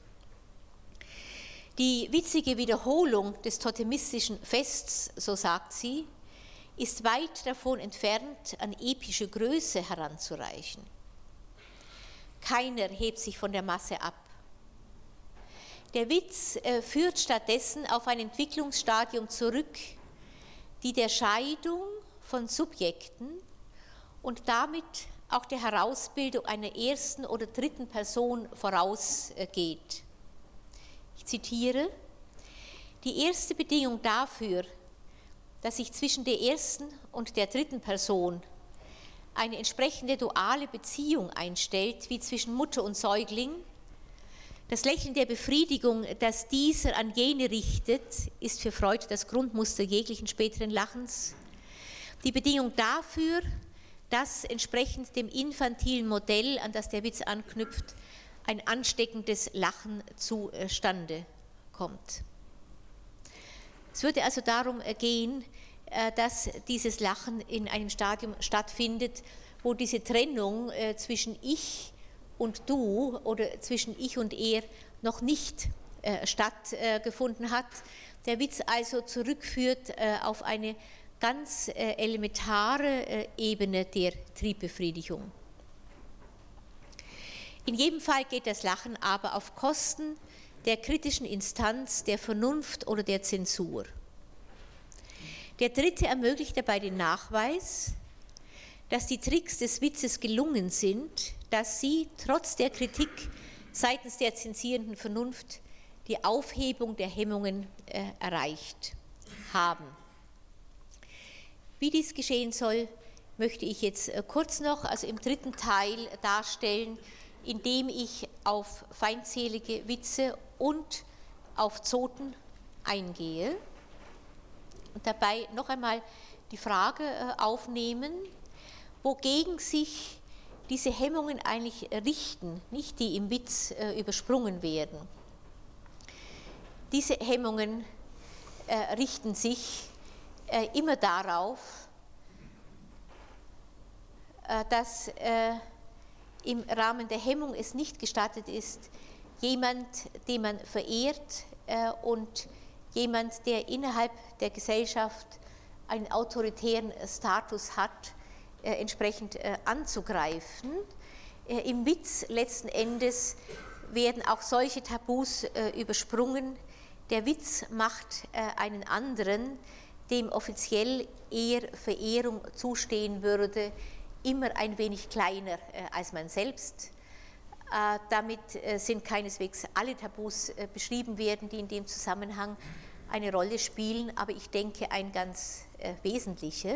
Die witzige Wiederholung des totemistischen Fests, so sagt sie, ist weit davon entfernt, an epische Größe heranzureichen. Keiner hebt sich von der Masse ab. Der Witz führt stattdessen auf ein Entwicklungsstadium zurück, die der Scheidung von Subjekten und damit auch der Herausbildung einer ersten oder dritten Person vorausgeht. Ich zitiere: Die erste Bedingung dafür, dass sich zwischen der ersten und der dritten Person eine entsprechende duale Beziehung einstellt, wie zwischen Mutter und Säugling, das Lächeln der Befriedigung, das dieser an jene richtet, ist für Freud das Grundmuster jeglichen späteren Lachens. Die Bedingung dafür, dass entsprechend dem infantilen Modell, an das der Witz anknüpft, ein ansteckendes Lachen zustande kommt. Es würde also darum gehen, dass dieses Lachen in einem Stadium stattfindet, wo diese Trennung zwischen Ich und Du oder zwischen Ich und Er noch nicht stattgefunden hat. Der Witz also zurückführt auf eine ganz elementare Ebene der Triebbefriedigung. In jedem Fall geht das Lachen aber auf Kosten der kritischen Instanz, der Vernunft oder der Zensur. Der Dritte ermöglicht dabei den Nachweis, dass die Tricks des Witzes gelungen sind, dass sie trotz der Kritik seitens der zensierenden Vernunft die Aufhebung der Hemmungen erreicht haben. Wie dies geschehen soll, möchte ich jetzt kurz noch, also im dritten Teil, darstellen, indem ich auf feindselige Witze und auf Zoten eingehe und dabei noch einmal die Frage aufnehmen, wogegen sich diese Hemmungen eigentlich richten, nicht die im Witz übersprungen werden. Diese Hemmungen richten sich immer darauf, dass im Rahmen der Hemmung es nicht gestattet ist, jemand, den man verehrt und jemand, der innerhalb der Gesellschaft einen autoritären Status hat, entsprechend anzugreifen. Im Witz letzten Endes werden auch solche Tabus übersprungen. Der Witz macht einen anderen, dem offiziell eher Verehrung zustehen würde, immer ein wenig kleiner als man selbst. Damit sind keineswegs alle Tabus beschrieben werden, die in dem Zusammenhang eine Rolle spielen, aber ich denke ein ganz wesentlicher.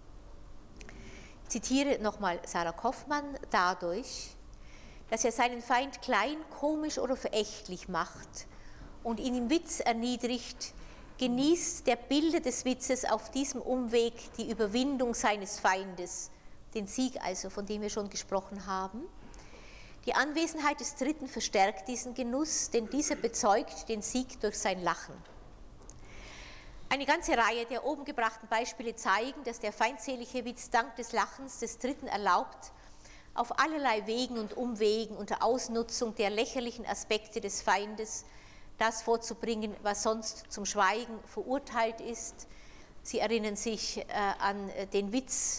Ich zitiere nochmal Sarah Kaufmann: Dadurch, dass er seinen Feind klein, komisch oder verächtlich macht und ihn im Witz erniedrigt, genießt der Bilder des Witzes auf diesem Umweg die Überwindung seines Feindes, den Sieg also, von dem wir schon gesprochen haben. Die Anwesenheit des Dritten verstärkt diesen Genuss, denn dieser bezeugt den Sieg durch sein Lachen. Eine ganze Reihe der oben gebrachten Beispiele zeigen, dass der feindselige Witz dank des Lachens des Dritten erlaubt, auf allerlei Wegen und Umwegen unter Ausnutzung der lächerlichen Aspekte des Feindes das vorzubringen, was sonst zum Schweigen verurteilt ist. Sie erinnern sich an den Witz,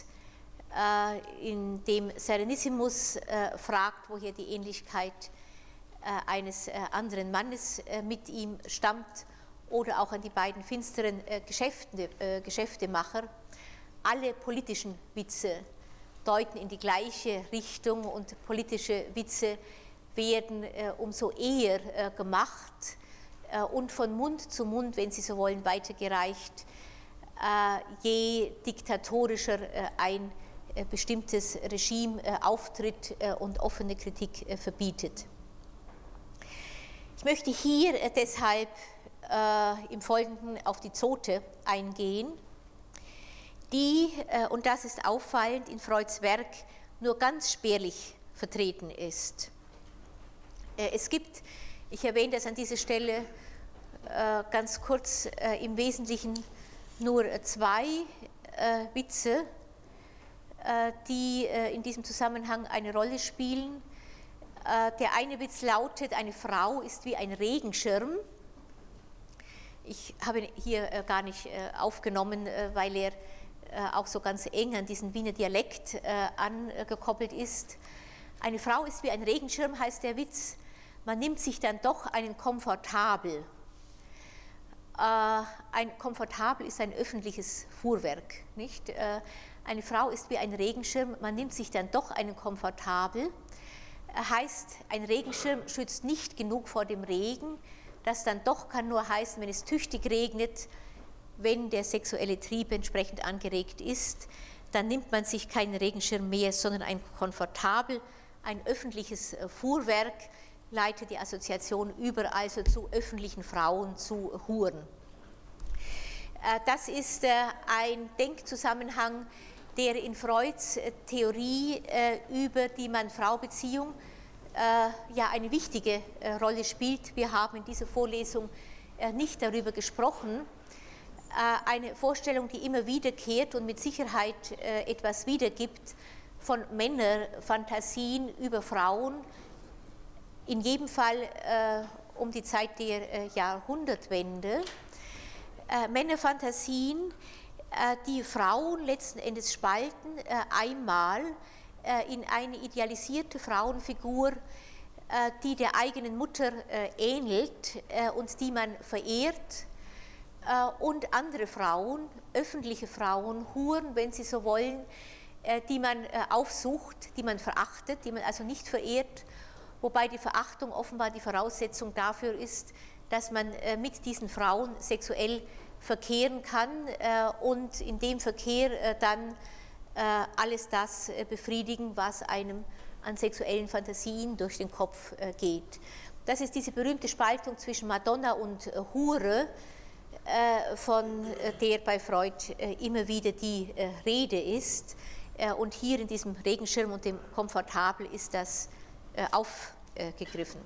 in dem Serenissimus fragt, woher die Ähnlichkeit eines anderen Mannes mit ihm stammt, oder auch an die beiden finsteren Geschäftemacher. Alle politischen Witze deuten in die gleiche Richtung und politische Witze werden umso eher gemacht und von Mund zu Mund, wenn Sie so wollen, weitergereicht, je diktatorischer ein bestimmtes Regime auftritt und offene Kritik verbietet. Ich möchte hier deshalb im Folgenden auf die Zote eingehen, die, und das ist auffallend, in Freuds Werk nur ganz spärlich vertreten ist. Es gibt, ich erwähne das an dieser Stelle ganz kurz, im Wesentlichen nur zwei Witze, die in diesem Zusammenhang eine Rolle spielen. Der eine Witz lautet: Eine Frau ist wie ein Regenschirm. Ich habe ihn hier gar nicht aufgenommen, weil er auch so ganz eng an diesen Wiener Dialekt angekoppelt ist. Eine Frau ist wie ein Regenschirm, heißt der Witz. Man nimmt sich dann doch einen Komfortabel. Ein Komfortabel ist ein öffentliches Fuhrwerk, nicht? Eine Frau ist wie ein Regenschirm, man nimmt sich dann doch einen Komfortabel. Heißt, ein Regenschirm schützt nicht genug vor dem Regen. Das dann doch kann nur heißen, wenn es tüchtig regnet, wenn der sexuelle Trieb entsprechend angeregt ist, dann nimmt man sich keinen Regenschirm mehr, sondern ein Komfortabel, ein öffentliches Fuhrwerk, leitet die Assoziation über, also zu öffentlichen Frauen, zu Huren. Das ist ein Denkzusammenhang, der in Freuds Theorie über die Mann-Frau-Beziehung ja eine wichtige Rolle spielt. Wir haben in dieser Vorlesung nicht darüber gesprochen. Eine Vorstellung, die immer wiederkehrt und mit Sicherheit etwas wiedergibt von Männerfantasien über Frauen, in jedem Fall um die Zeit der Jahrhundertwende. Männerfantasien, die Frauen letzten Endes spalten, einmal in eine idealisierte Frauenfigur, die der eigenen Mutter ähnelt und die man verehrt, und andere Frauen, öffentliche Frauen, Huren, wenn Sie so wollen, die man aufsucht, die man verachtet, die man also nicht verehrt, wobei die Verachtung offenbar die Voraussetzung dafür ist, dass man mit diesen Frauen sexuell verkehren kann und in dem Verkehr dann alles das befriedigen, was einem an sexuellen Fantasien durch den Kopf geht. Das ist diese berühmte Spaltung zwischen Madonna und Hure, von der bei Freud immer wieder die Rede ist. Und hier in diesem Regenschirm und dem Komfortabel ist das aufgegriffen.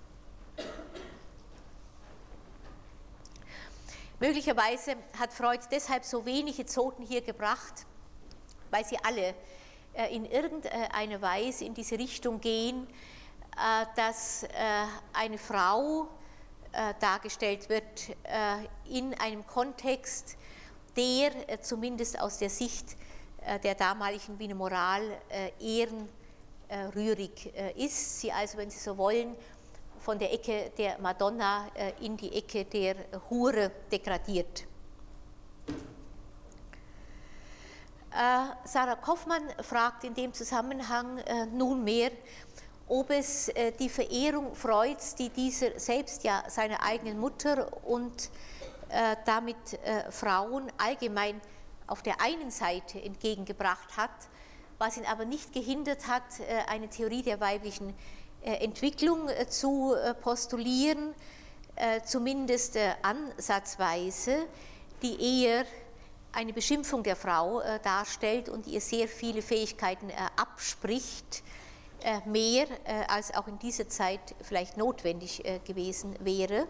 Möglicherweise hat Freud deshalb so wenige Zoten hier gebracht, weil sie alle in irgendeiner Weise in diese Richtung gehen, dass eine Frau dargestellt wird in einem Kontext, der zumindest aus der Sicht der damaligen Wiener Moral ehrenrührig ist. Sie also, wenn Sie so wollen, von der Ecke der Madonna in die Ecke der Hure degradiert. Sarah Kaufmann fragt in dem Zusammenhang nunmehr, ob es die Verehrung Freuds, die dieser selbst ja seiner eigenen Mutter und damit Frauen allgemein auf der einen Seite entgegengebracht hat, was ihn aber nicht gehindert hat, eine Theorie der weiblichen Entwicklung zu postulieren, zumindest ansatzweise, die eher eine Beschimpfung der Frau darstellt und ihr sehr viele Fähigkeiten abspricht, mehr als auch in dieser Zeit vielleicht notwendig gewesen wäre.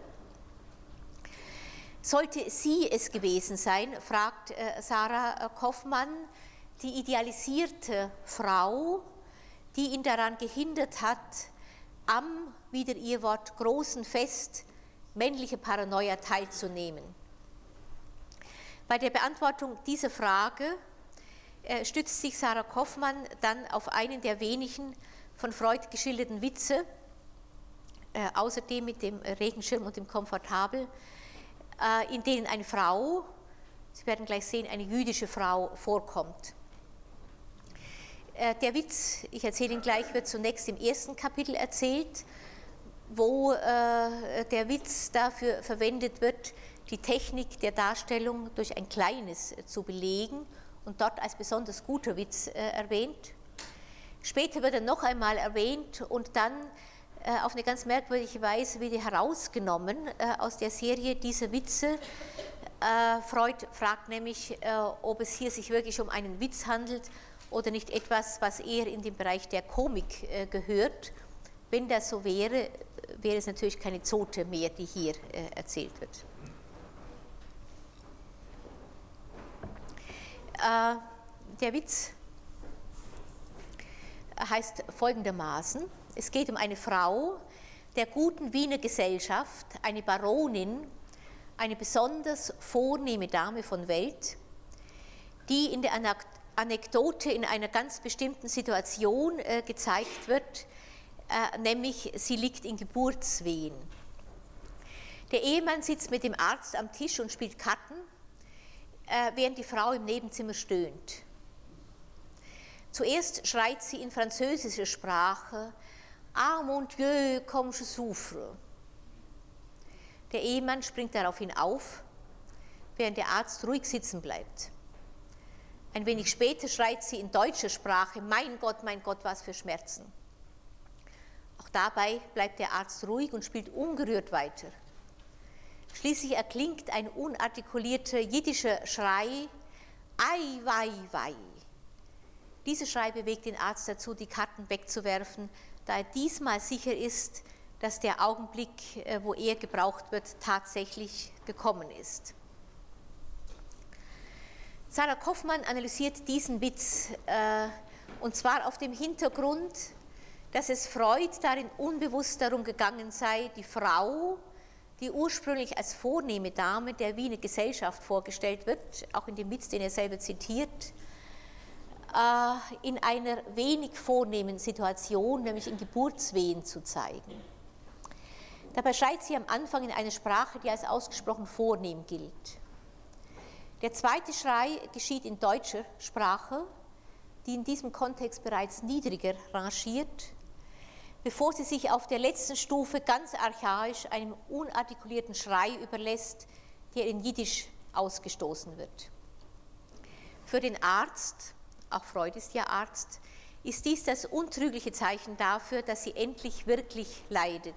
Sollte sie es gewesen sein, fragt Sarah Kaufmann, die idealisierte Frau, die ihn daran gehindert hat, am, wieder ihr Wort, großen Fest männlicher Paranoia teilzunehmen. Bei der Beantwortung dieser Frage stützt sich Sarah Kaufmann dann auf einen der wenigen von Freud geschilderten Witze, außerdem mit dem Regenschirm und dem Komfortabel, in denen eine Frau, Sie werden gleich sehen, eine jüdische Frau vorkommt. Der Witz, ich erzähle ihn gleich, wird zunächst im ersten Kapitel erzählt, wo der Witz dafür verwendet wird, die Technik der Darstellung durch ein Kleines zu belegen und dort als besonders guter Witz erwähnt. Später wird er noch einmal erwähnt und dann auf eine ganz merkwürdige Weise wieder herausgenommen aus der Serie dieser Witze. Freud fragt nämlich, ob es hier sich wirklich um einen Witz handelt oder nicht etwas, was eher in den Bereich der Komik gehört. Wenn das so wäre, wäre es natürlich keine Zote mehr, die hier erzählt wird. Der Witz heißt folgendermaßen: Es geht um eine Frau der guten Wiener Gesellschaft, eine Baronin, eine besonders vornehme Dame von Welt, die in der Anekdote in einer ganz bestimmten Situation gezeigt wird, nämlich sie liegt in Geburtswehen. Der Ehemann sitzt mit dem Arzt am Tisch und spielt Karten, während die Frau im Nebenzimmer stöhnt. Zuerst schreit sie in französischer Sprache: Ah, mon Dieu, comme je souffre. Der Ehemann springt daraufhin auf, während der Arzt ruhig sitzen bleibt. Ein wenig später schreit sie in deutscher Sprache: Mein Gott, was für Schmerzen. Auch dabei bleibt der Arzt ruhig und spielt ungerührt weiter. Schließlich erklingt ein unartikulierter jiddischer Schrei: Ei, wei, wei. Dieser Schrei bewegt den Arzt dazu, die Karten wegzuwerfen, da er diesmal sicher ist, dass der Augenblick, wo er gebraucht wird, tatsächlich gekommen ist. Sarah Kaufmann analysiert diesen Witz, und zwar auf dem Hintergrund, dass es Freud darin unbewusst darum gegangen sei, die Frau, die ursprünglich als vornehme Dame der Wiener Gesellschaft vorgestellt wird, auch in dem Witz, den er selber zitiert, in einer wenig vornehmen Situation, nämlich in Geburtswehen, zu zeigen. Dabei schreit sie am Anfang in einer Sprache, die als ausgesprochen vornehm gilt. Der zweite Schrei geschieht in deutscher Sprache, die in diesem Kontext bereits niedriger rangiert, bevor sie sich auf der letzten Stufe ganz archaisch einem unartikulierten Schrei überlässt, der in Jiddisch ausgestoßen wird. Für den Arzt, auch Freud ist ja Arzt, ist dies das untrügliche Zeichen dafür, dass sie endlich wirklich leidet.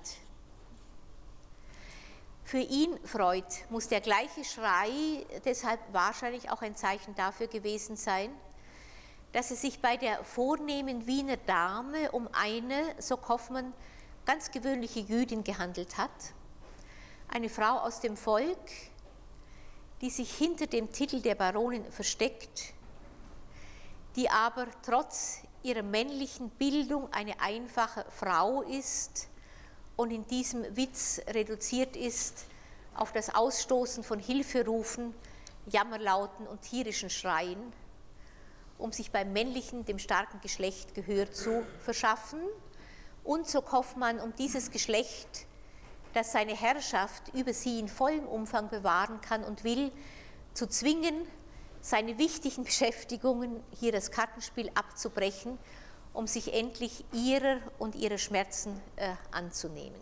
Für ihn, Freud, muss der gleiche Schrei deshalb wahrscheinlich auch ein Zeichen dafür gewesen sein, dass es sich bei der vornehmen Wiener Dame um eine, so Kaufmann, ganz gewöhnliche Jüdin gehandelt hat, eine Frau aus dem Volk, die sich hinter dem Titel der Baronin versteckt, die aber trotz ihrer männlichen Bildung eine einfache Frau ist und in diesem Witz reduziert ist auf das Ausstoßen von Hilferufen, Jammerlauten und tierischen Schreien, um sich beim männlichen, dem starken Geschlecht Gehör zu verschaffen und, so Kaufmann, um dieses Geschlecht, das seine Herrschaft über sie in vollem Umfang bewahren kann und will, zu zwingen, seine wichtigen Beschäftigungen, hier das Kartenspiel, abzubrechen, um sich endlich ihrer und ihrer Schmerzen anzunehmen.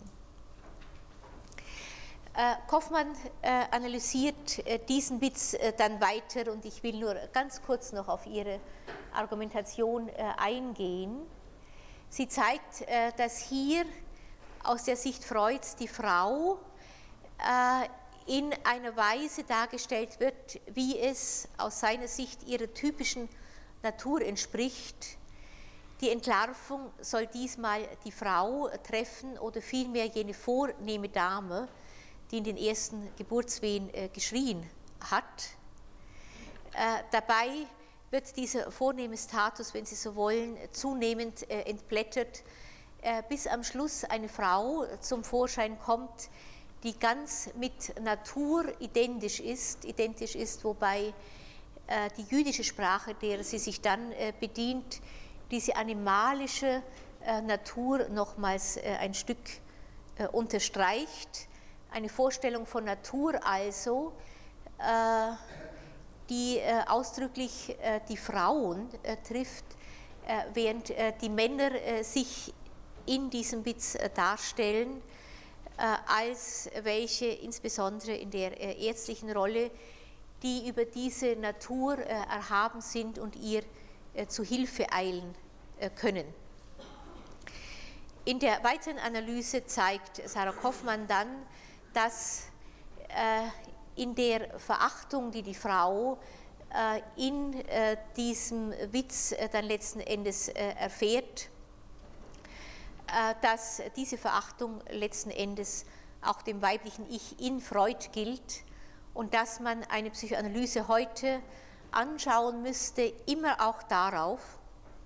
Kaufmann analysiert diesen Witz dann weiter und ich will nur ganz kurz noch auf ihre Argumentation eingehen. Sie zeigt, dass hier aus der Sicht Freuds die Frau in einer Weise dargestellt wird, wie es aus seiner Sicht ihrer typischen Natur entspricht. Die Entlarvung soll diesmal die Frau treffen oder vielmehr jene vornehme Dame, die in den ersten Geburtswehen geschrien hat. Dabei wird dieser vornehme Status, wenn Sie so wollen, zunehmend entblättert, bis am Schluss eine Frau zum Vorschein kommt, die ganz mit Natur identisch ist, wobei die jüdische Sprache, der sie sich dann bedient, diese animalische Natur nochmals ein Stück unterstreicht. Eine Vorstellung von Natur also, die ausdrücklich die Frauen trifft, während die Männer sich in diesem Witz darstellen, als welche insbesondere in der ärztlichen Rolle, die über diese Natur erhaben sind und ihr zu Hilfe eilen können. In der weiteren Analyse zeigt Sarah Kaufmann dann, dass in der Verachtung, die die Frau in diesem Witz dann letzten Endes erfährt, dass diese Verachtung letzten Endes auch dem weiblichen Ich in Freud gilt und dass man eine Psychoanalyse heute anschauen müsste, immer auch darauf,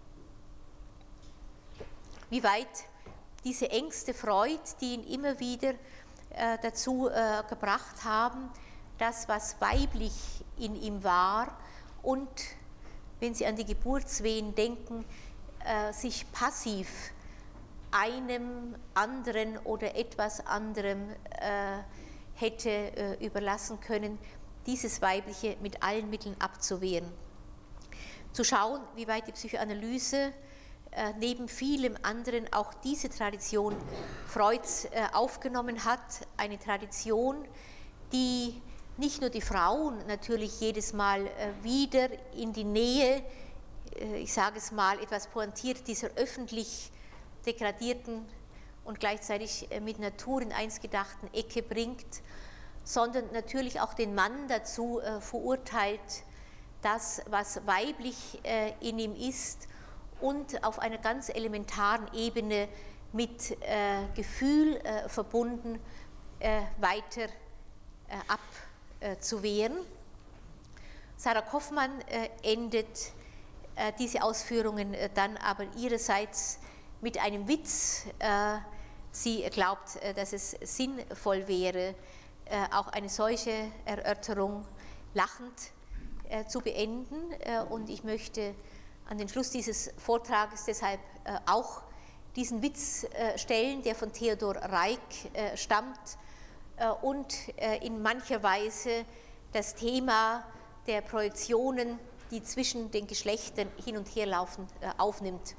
wie weit diese Ängste Freud, die ihn immer wieder dazu gebracht haben, das, was weiblich in ihm war und, wenn Sie an die Geburtswehen denken, sich passiv einem anderen oder etwas anderem hätte überlassen können, dieses Weibliche mit allen Mitteln abzuwehren. Zu schauen, wie weit die Psychoanalyse neben vielem anderen auch diese Tradition Freuds aufgenommen hat, eine Tradition, die nicht nur die Frauen natürlich jedes Mal wieder in die Nähe, ich sage es mal etwas pointiert, dieser öffentlich degradierten und gleichzeitig mit Natur in eins gedachten Ecke bringt, sondern natürlich auch den Mann dazu verurteilt, das, was weiblich in ihm ist, und auf einer ganz elementaren Ebene mit Gefühl verbunden weiter abzuwehren. Sarah Kaufmann endet diese Ausführungen dann aber ihrerseits mit einem Witz. Sie glaubt, dass es sinnvoll wäre, auch eine solche Erörterung lachend zu beenden, und ich möchte an den Schluss dieses Vortrages deshalb auch diesen Witz stellen, der von Theodor Reik stammt und in mancher Weise das Thema der Projektionen, die zwischen den Geschlechtern hin und her laufen, aufnimmt.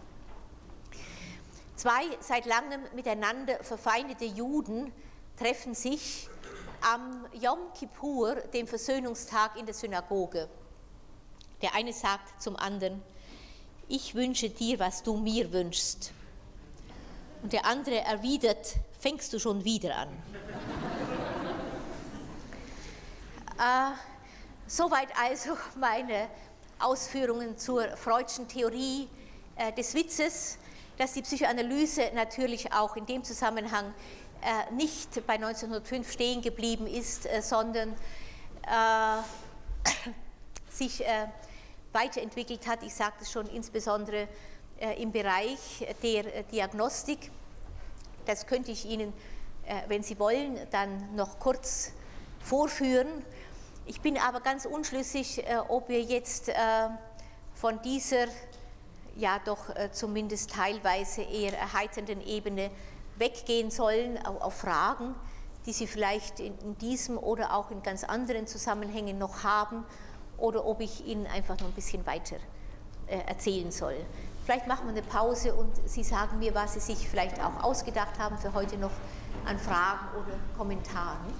Zwei seit langem miteinander verfeindete Juden treffen sich am Yom Kippur, dem Versöhnungstag, in der Synagoge. Der eine sagt zum anderen: Ich wünsche dir, was du mir wünschst. Und der andere erwidert: Fängst du schon wieder an? Soweit also meine Ausführungen zur Freudschen Theorie des Witzes, dass die Psychoanalyse natürlich auch in dem Zusammenhang nicht bei 1905 stehen geblieben ist, sondern sich weiterentwickelt hat. Ich sagte es schon, insbesondere im Bereich der Diagnostik. Das könnte ich Ihnen, wenn Sie wollen, dann noch kurz vorführen. Ich bin aber ganz unschlüssig, ob wir jetzt von dieser, ja doch zumindest teilweise eher erheiternden Ebene weggehen sollen auf Fragen, die Sie vielleicht in diesem oder auch in ganz anderen Zusammenhängen noch haben, oder ob ich Ihnen einfach noch ein bisschen weiter erzählen soll. Vielleicht machen wir eine Pause und Sie sagen mir, was Sie sich vielleicht auch ausgedacht haben für heute noch an Fragen oder Kommentaren.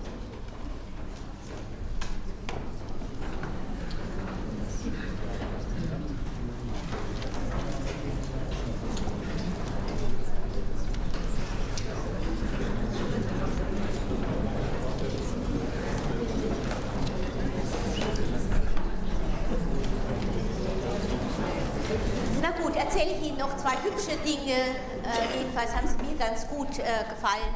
Erzähle ich Ihnen noch zwei hübsche Dinge, jedenfalls haben sie mir ganz gut gefallen.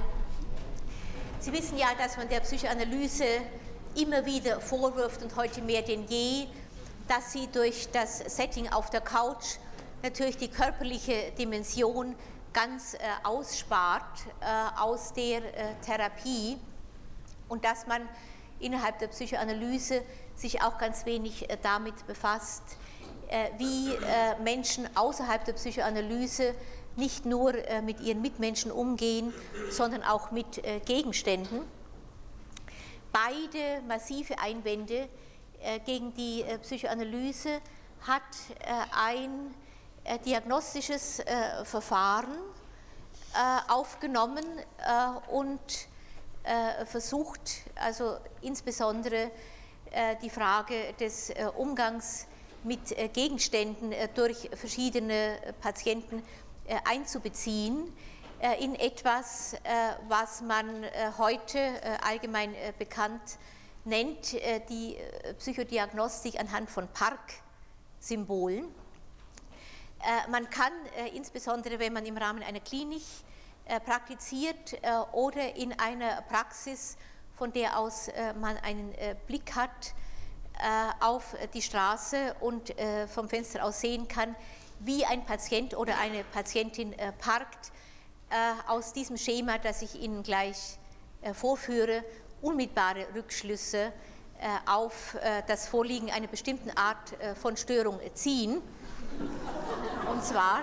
Sie wissen ja, dass man der Psychoanalyse immer wieder vorwirft und heute mehr denn je, dass sie durch das Setting auf der Couch natürlich die körperliche Dimension ganz ausspart aus der Therapie und dass man innerhalb der Psychoanalyse sich auch ganz wenig damit befasst, wie Menschen außerhalb der Psychoanalyse nicht nur mit ihren Mitmenschen umgehen, sondern auch mit Gegenständen. Beide massive Einwände gegen die Psychoanalyse hat ein diagnostisches Verfahren aufgenommen und versucht, also insbesondere die Frage des Umgangs mit Gegenständen durch verschiedene Patienten einzubeziehen in etwas, was man heute allgemein bekannt nennt, die Psychodiagnostik anhand von Park-Symbolen. Man kann insbesondere, wenn man im Rahmen einer Klinik praktiziert oder in einer Praxis, von der aus man einen Blick hat, auf die Straße und vom Fenster aus sehen kann, wie ein Patient oder eine Patientin parkt, aus diesem Schema, das ich Ihnen gleich vorführe, unmittelbare Rückschlüsse auf das Vorliegen einer bestimmten Art von Störung ziehen. Und zwar,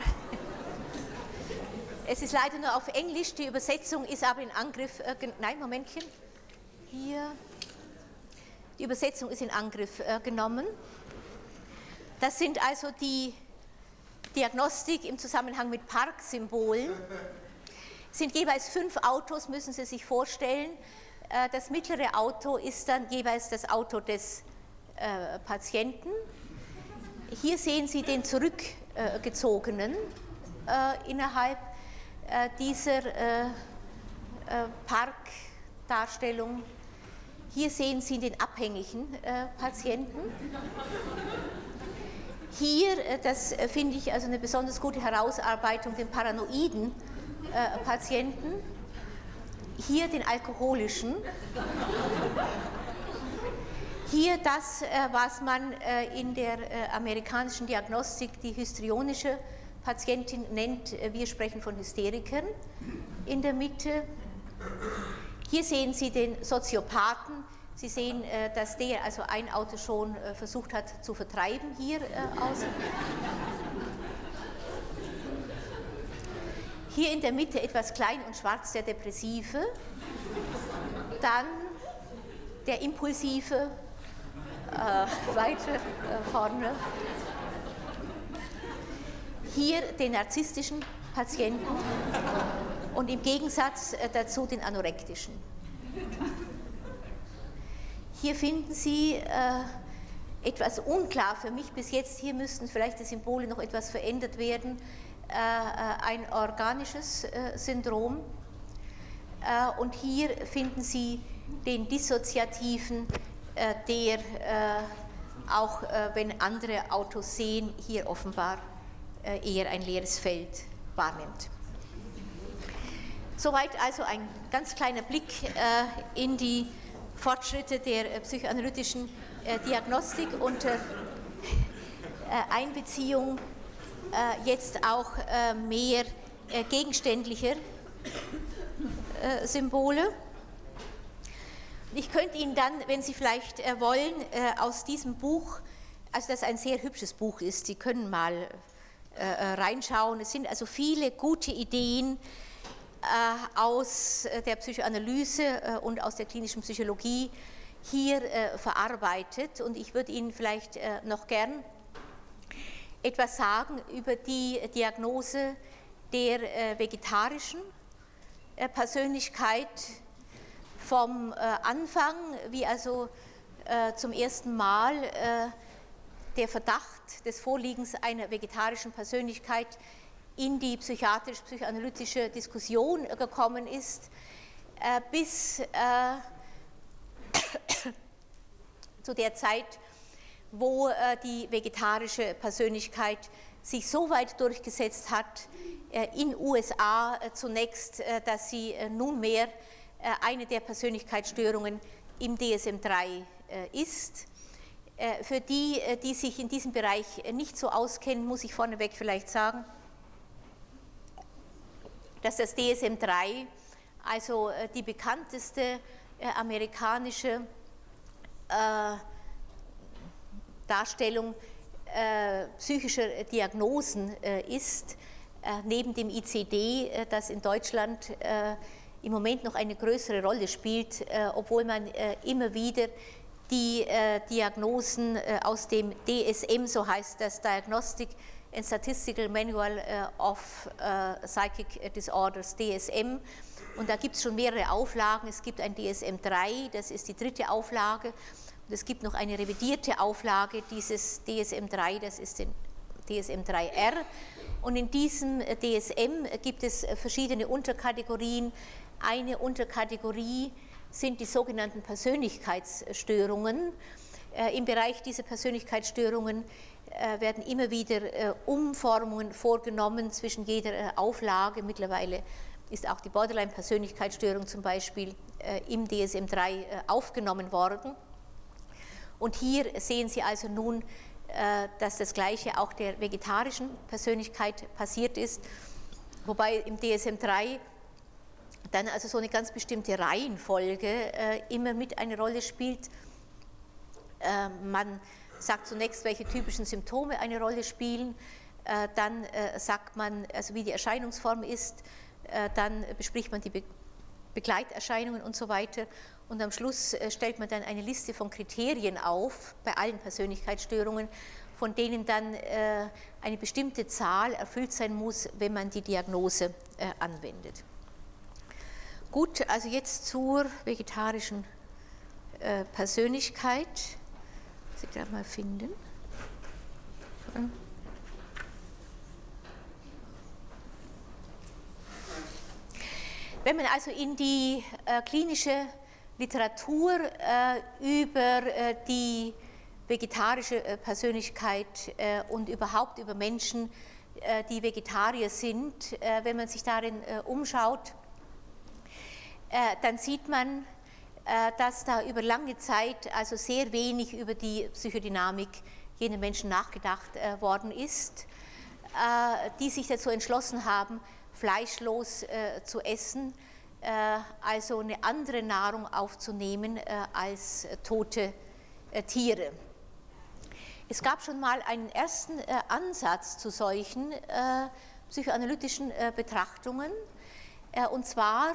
es ist leider nur auf Englisch, die Übersetzung ist aber in Angriff, nein, Momentchen, hier. Die Übersetzung ist in Angriff genommen. Das sind also die Diagnostik im Zusammenhang mit Park-Symbolen. Es sind jeweils 5 Autos, müssen Sie sich vorstellen. Das mittlere Auto ist dann jeweils das Auto des Patienten. Hier sehen Sie den zurückgezogenen innerhalb dieser Parkdarstellung. Hier sehen Sie den abhängigen Patienten. Hier, das finde ich also eine besonders gute Herausarbeitung, den paranoiden Patienten. Hier den alkoholischen. Hier das, was man in der amerikanischen Diagnostik die histrionische Patientin nennt. Wir sprechen von Hysterikern in der Mitte. Hier sehen Sie den Soziopathen. Sie sehen, dass der also ein Auto schon versucht hat zu vertreiben hier aus. Hier in der Mitte etwas klein und schwarz der Depressive. Dann der Impulsive, weiter vorne. Hier den narzisstischen Patienten. Und im Gegensatz dazu den anorektischen. Hier finden Sie etwas unklar für mich bis jetzt, hier müssten vielleicht die Symbole noch etwas verändert werden, ein organisches Syndrom. Und hier finden Sie den dissoziativen, der auch wenn andere Autos sehen, hier offenbar eher ein leeres Feld wahrnimmt. Soweit also ein ganz kleiner Blick in die Fortschritte der psychoanalytischen Diagnostik unter Einbeziehung jetzt auch mehr gegenständlicher Symbole. Ich könnte Ihnen dann, wenn Sie vielleicht wollen, aus diesem Buch, also das ein sehr hübsches Buch ist, Sie können mal reinschauen. Es sind also viele gute Ideen aus der Psychoanalyse und aus der klinischen Psychologie hier verarbeitet. Und ich würde Ihnen vielleicht noch gern etwas sagen über die Diagnose der vegetarischen Persönlichkeit vom Anfang, wie also zum ersten Mal der Verdacht des Vorliegens einer vegetarischen Persönlichkeit in die psychiatrisch-psychoanalytische Diskussion gekommen ist, bis zu der Zeit, wo die vegetarische Persönlichkeit sich so weit durchgesetzt hat, in USA zunächst, dass sie nunmehr eine der Persönlichkeitsstörungen im DSM-3 ist. Für die, die sich in diesem Bereich nicht so auskennen, muss ich vorneweg vielleicht sagen, dass das DSM-3, also die bekannteste amerikanische Darstellung psychischer Diagnosen ist, neben dem ICD, das in Deutschland im Moment noch eine größere Rolle spielt, obwohl man immer wieder die Diagnosen aus dem DSM, so heißt das Diagnostic and Statistical Manual of Psychic Disorders, DSM, und da gibt es schon mehrere Auflagen. Es gibt ein DSM-3, das ist die 3. Auflage, und es gibt noch eine revidierte Auflage dieses DSM-3, das ist den DSM-3R, und in diesem DSM gibt es verschiedene Unterkategorien. Eine Unterkategorie sind die sogenannten Persönlichkeitsstörungen. Im Bereich dieser Persönlichkeitsstörungen werden immer wieder Umformungen vorgenommen zwischen jeder Auflage. Mittlerweile ist auch die Borderline-Persönlichkeitsstörung zum Beispiel im DSM-3 aufgenommen worden. Und hier sehen Sie also nun, dass das Gleiche auch der vegetarischen Persönlichkeit passiert ist, wobei im DSM-3 dann also so eine ganz bestimmte Reihenfolge immer mit eine Rolle spielt. Man sagt zunächst, welche typischen Symptome eine Rolle spielen, dann sagt man, also wie die Erscheinungsform ist, dann bespricht man die Begleiterscheinungen und so weiter, und am Schluss stellt man dann eine Liste von Kriterien auf, bei allen Persönlichkeitsstörungen, von denen dann eine bestimmte Zahl erfüllt sein muss, wenn man die Diagnose anwendet. Gut, also jetzt zur vegetarischen Persönlichkeit. Muss ich gerade mal finden. Wenn man also in die klinische Literatur über die vegetarische Persönlichkeit und überhaupt über Menschen, die Vegetarier sind, wenn man sich darin umschaut, dann sieht man, dass da über lange Zeit also sehr wenig über die Psychodynamik jener Menschen nachgedacht worden ist, die sich dazu entschlossen haben, fleischlos zu essen, also eine andere Nahrung aufzunehmen als tote Tiere. Es gab schon mal einen ersten Ansatz zu solchen psychoanalytischen Betrachtungen, und zwar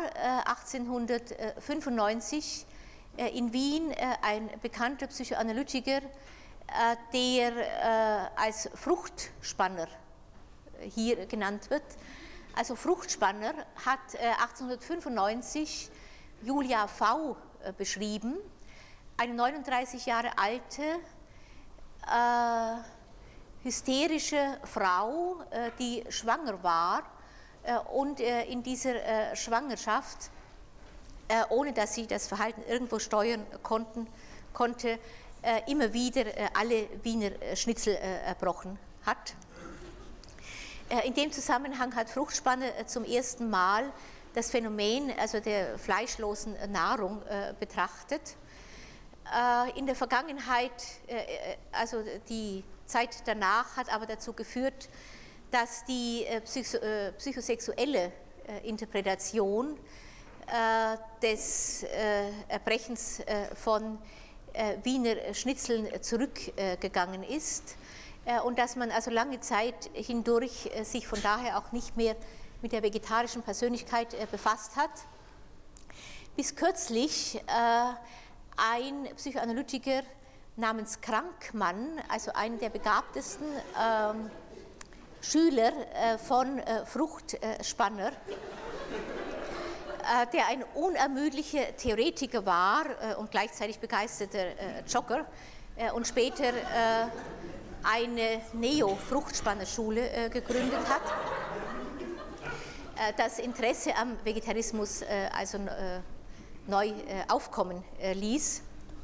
1895 in Wien ein bekannter Psychoanalytiker, der als Fruchtspanner hier genannt wird. Also Fruchtspanner hat 1895 Julia V. beschrieben, eine 39 Jahre alte, hysterische Frau, die schwanger war und in dieser Schwangerschaft, ohne dass sie das Verhalten irgendwo steuern konnte, immer wieder alle Wiener Schnitzel erbrochen hat. In dem Zusammenhang hat Fruchtspanner zum ersten Mal das Phänomen, also der fleischlosen Nahrung, betrachtet. In der Vergangenheit, also die Zeit danach, hat aber dazu geführt, dass die psychosexuelle Interpretation des Erbrechens von Wiener Schnitzeln zurückgegangen ist und dass man also lange Zeit hindurch sich von daher auch nicht mehr mit der vegetarischen Persönlichkeit befasst hat, bis kürzlich ein Psychoanalytiker namens Krankmann, also einer der begabtesten Schüler von Fruchtspanner, der ein unermüdlicher Theoretiker war und gleichzeitig begeisterter Jogger und später eine Neo-Fruchtspannerschule gegründet hat, das Interesse am Vegetarismus also neu aufkommen ließ.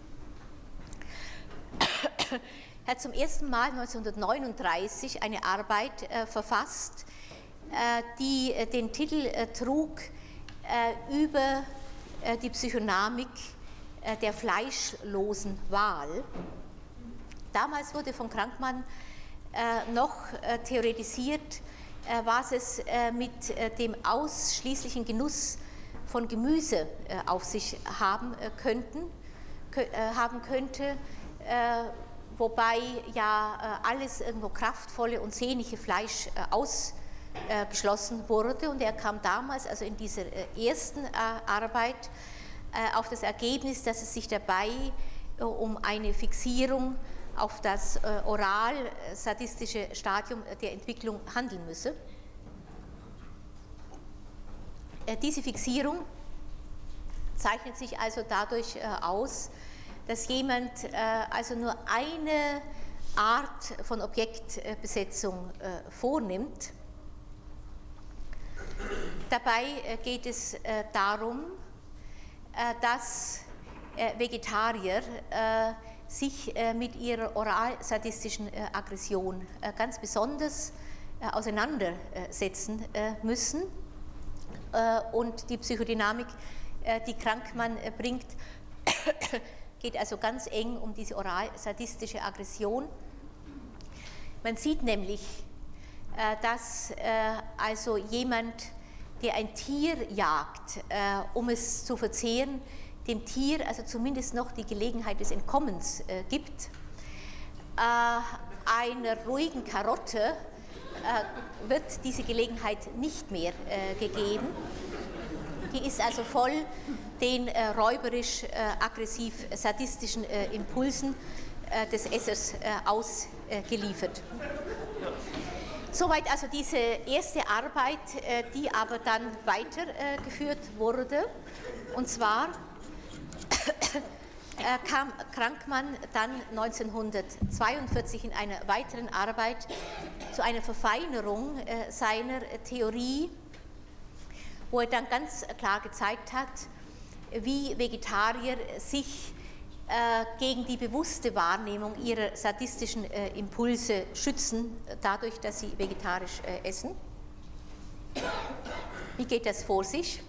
Er hat zum ersten Mal 1939 eine Arbeit verfasst, die den Titel trug über die Psychodynamik der fleischlosen Wahl. Damals wurde von Krankmann noch theoretisiert, was es mit dem ausschließlichen Genuss von Gemüse auf sich haben könnte, wobei ja alles irgendwo kraftvolle und sehnliche Fleisch ausgeschlossen wurde. Und er kam damals, also in dieser ersten Arbeit, auf das Ergebnis, dass es sich dabei um eine Fixierung auf das oral-sadistische Stadium der Entwicklung handeln müsse. Diese Fixierung zeichnet sich also dadurch aus, dass jemand also nur eine Art von Objektbesetzung vornimmt. Dabei geht es darum, dass Vegetarier sich mit ihrer oral-sadistischen Aggression ganz besonders auseinandersetzen müssen. Und die Psychodynamik, die Krankmann bringt, geht also ganz eng um diese oral-sadistische Aggression. Man sieht nämlich, dass also jemand, der ein Tier jagt, um es zu verzehren, dem Tier also zumindest noch die Gelegenheit des Entkommens gibt. Einer ruhigen Karotte wird diese Gelegenheit nicht mehr gegeben. Die ist also voll den räuberisch-aggressiv-sadistischen Impulsen des Essers ausgeliefert. Soweit also diese erste Arbeit, die aber dann weitergeführt wurde. Und zwar kam Krankmann dann 1942 in einer weiteren Arbeit zu einer Verfeinerung seiner Theorie, wo er dann ganz klar gezeigt hat, wie Vegetarier sich gegen die bewusste Wahrnehmung ihrer sadistischen Impulse schützen, dadurch, dass sie vegetarisch essen. Wie geht das vor sich?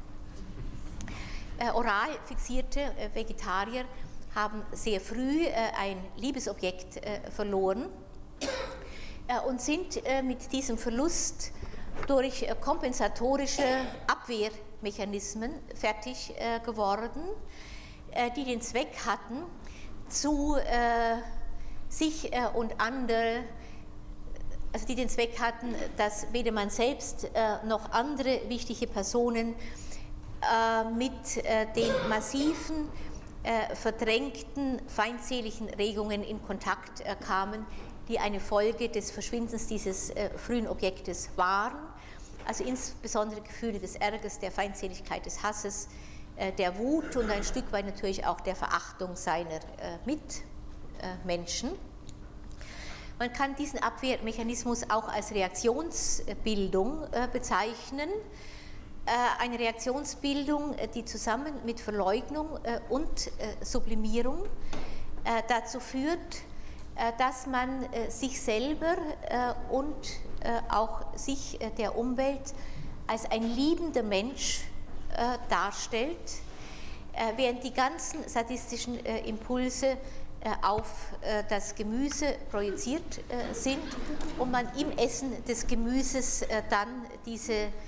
Oral fixierte Vegetarier haben sehr früh ein Liebesobjekt verloren und sind mit diesem Verlust durch kompensatorische Abwehrmechanismen fertig geworden, die den Zweck hatten, zu sich und andere, also die den Zweck hatten, dass weder man selbst noch andere wichtige Personen mit den massiven, verdrängten, feindseligen Regungen in Kontakt kamen, die eine Folge des Verschwindens dieses frühen Objektes waren, also insbesondere Gefühle des Ärgers, der Feindseligkeit, des Hasses, der Wut und ein Stück weit natürlich auch der Verachtung seiner Mitmenschen. Man kann diesen Abwehrmechanismus auch als Reaktionsbildung bezeichnen. Eine Reaktionsbildung, die zusammen mit Verleugnung und Sublimierung dazu führt, dass man sich selber und auch sich der Umwelt als ein liebender Mensch darstellt, während die ganzen sadistischen Impulse auf das Gemüse projiziert sind und man im Essen des Gemüses dann diese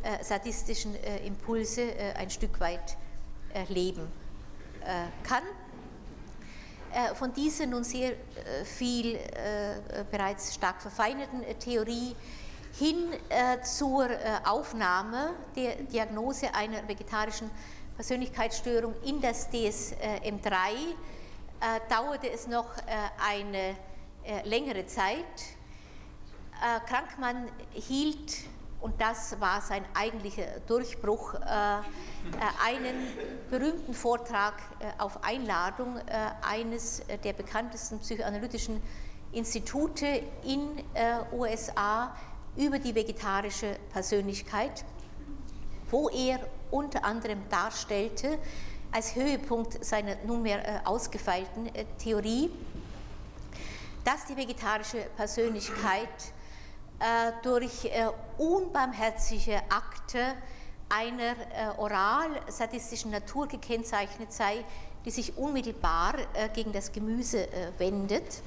sadistischen Impulse ein Stück weit leben kann. Von dieser nun sehr viel bereits stark verfeinerten Theorie hin zur Aufnahme der Diagnose einer vegetarischen Persönlichkeitsstörung in das DSM-3 dauerte es noch eine längere Zeit. Krankmann hielt, und das war sein eigentlicher Durchbruch, einen berühmten Vortrag auf Einladung eines der bekanntesten psychoanalytischen Institute in USA über die vegetarische Persönlichkeit, wo er unter anderem darstellte, als Höhepunkt seiner nunmehr ausgefeilten Theorie, dass die vegetarische Persönlichkeit durch unbarmherzige Akte einer oral-sadistischen Natur gekennzeichnet sei, die sich unmittelbar gegen das Gemüse wendet,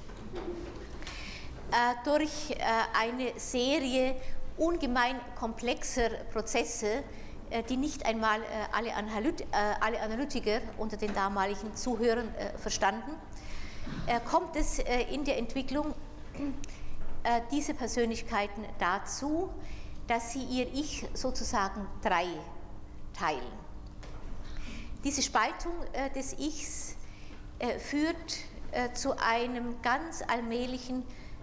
durch eine Serie ungemein komplexer Prozesse, die nicht einmal alle Analytiker unter den damaligen Zuhörern verstanden, kommt es in der Entwicklung diese Persönlichkeiten dazu, dass sie ihr Ich sozusagen dreiteilen. Diese Spaltung des Ichs führt zu einem ganz allmählichen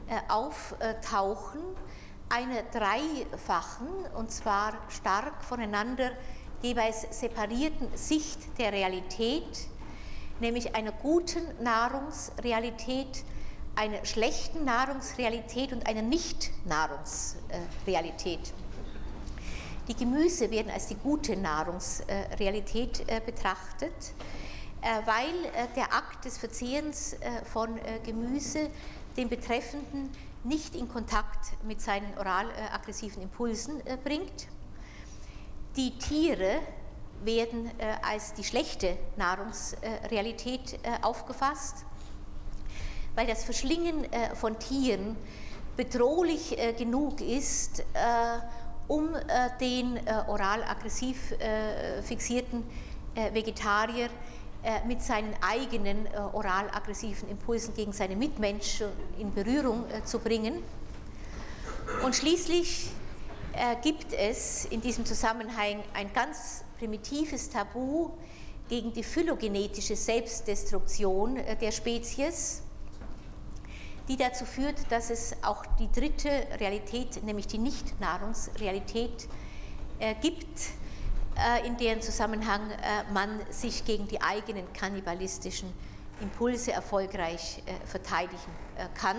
Auftauchen einer dreifachen, und zwar stark voneinander jeweils separierten Sicht der Realität, nämlich einer guten Nahrungsrealität, einer schlechten Nahrungsrealität und einer Nicht-Nahrungsrealität. Die Gemüse werden als die gute Nahrungsrealität betrachtet, weil der Akt des Verzehrens von Gemüse den Betreffenden nicht in Kontakt mit seinen oral-aggressiven Impulsen bringt. Die Tiere werden als die schlechte Nahrungsrealität aufgefasst, weil das Verschlingen von Tieren bedrohlich genug ist, um den oral-aggressiv fixierten Vegetarier mit seinen eigenen oral-aggressiven Impulsen gegen seine Mitmenschen in Berührung zu bringen. Und schließlich gibt es in diesem Zusammenhang ein ganz primitives Tabu gegen die phylogenetische Selbstdestruktion der Spezies, die dazu führt, dass es auch die dritte Realität, nämlich die Nicht-Nahrungsrealität, gibt, in deren Zusammenhang man sich gegen die eigenen kannibalistischen Impulse erfolgreich verteidigen kann.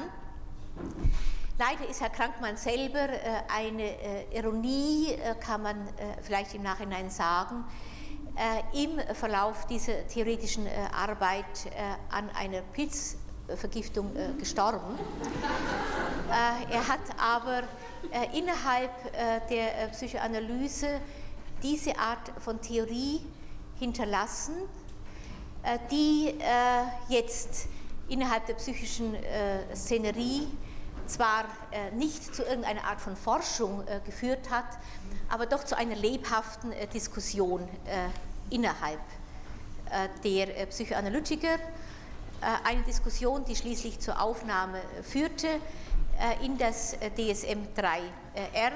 Leider ist Herr Krankmann selber eine Ironie, kann man vielleicht im Nachhinein sagen, im Verlauf dieser theoretischen Arbeit an einer Pilzvergiftung gestorben. Er hat aber innerhalb der Psychoanalyse diese Art von Theorie hinterlassen, die jetzt innerhalb der psychischen Szenerie zwar nicht zu irgendeiner Art von Forschung geführt hat, aber doch zu einer lebhaften Diskussion innerhalb der Psychoanalytiker. Eine Diskussion, die schließlich zur Aufnahme führte in das DSM-3-R.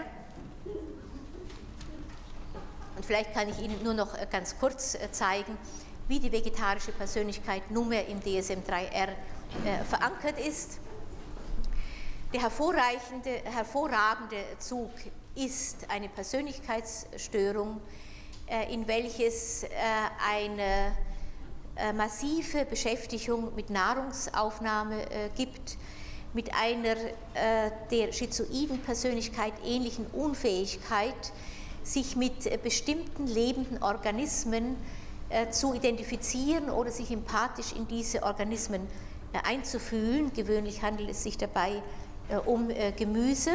Und vielleicht kann ich Ihnen nur noch ganz kurz zeigen, wie die vegetarische Persönlichkeit nunmehr im DSM-3-R verankert ist. Der hervorragende Zug ist eine Persönlichkeitsstörung, in welches eine massive Beschäftigung mit Nahrungsaufnahme gibt, mit einer der schizoiden Persönlichkeit ähnlichen Unfähigkeit, sich mit bestimmten lebenden Organismen zu identifizieren oder sich empathisch in diese Organismen einzufühlen. Gewöhnlich handelt es sich dabei um Gemüse.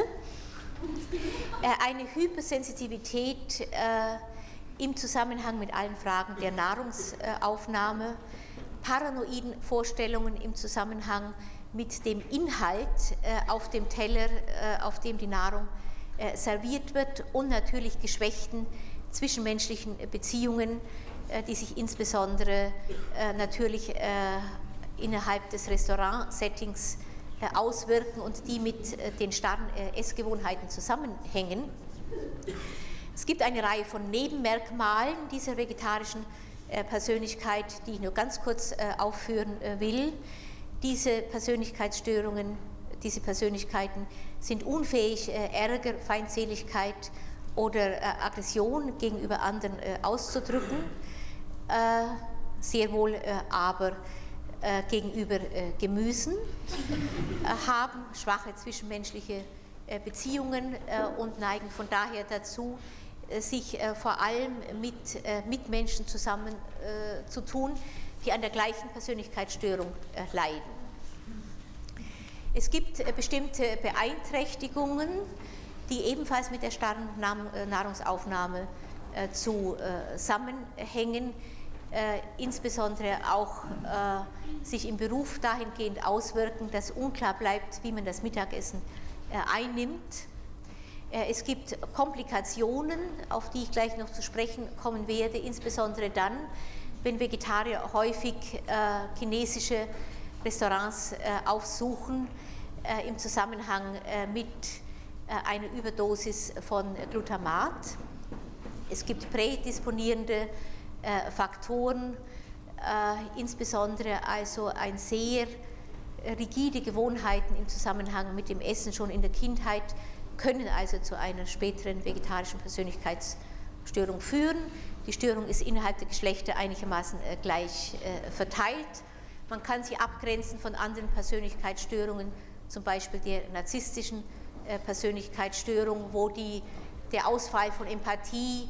Eine Hypersensitivität im Zusammenhang mit allen Fragen der Nahrungsaufnahme, paranoiden Vorstellungen im Zusammenhang mit dem Inhalt auf dem Teller, auf dem die Nahrung serviert wird und natürlich geschwächten zwischenmenschlichen Beziehungen, die sich insbesondere natürlich innerhalb des Restaurant-Settings auswirken und die mit den starren Essgewohnheiten zusammenhängen. Es gibt eine Reihe von Nebenmerkmalen dieser vegetarischen Persönlichkeit, die ich nur ganz kurz aufführen will. Diese Persönlichkeitsstörungen, diese Persönlichkeiten sind unfähig, Ärger, Feindseligkeit oder Aggression gegenüber anderen auszudrücken, sehr wohl aber gegenüber Gemüsen, haben schwache zwischenmenschliche Beziehungen und neigen von daher dazu, sich vor allem mit Mitmenschen zusammenzutun, die an der gleichen Persönlichkeitsstörung leiden. Es gibt bestimmte Beeinträchtigungen, die ebenfalls mit der starren Nahrungsaufnahme zusammenhängen, insbesondere auch sich im Beruf dahingehend auswirken, dass unklar bleibt, wie man das Mittagessen einnimmt. Es gibt Komplikationen, auf die ich gleich noch zu sprechen kommen werde, insbesondere dann, wenn Vegetarier häufig chinesische Restaurants aufsuchen im Zusammenhang mit einer Überdosis von Glutamat. Es gibt prädisponierende Faktoren, insbesondere also ein sehr rigide Gewohnheiten im Zusammenhang mit dem Essen schon in der Kindheit können also zu einer späteren vegetarischen Persönlichkeitsstörung führen. Die Störung ist innerhalb der Geschlechter einigermaßen gleich verteilt. Man kann sie abgrenzen von anderen Persönlichkeitsstörungen, zum Beispiel der narzisstischen Persönlichkeitsstörung, wo der Ausfall von Empathie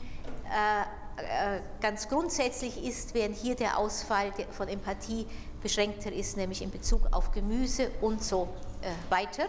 ganz grundsätzlich ist, während hier der Ausfall von Empathie beschränkter ist, nämlich in Bezug auf Gemüse und so weiter.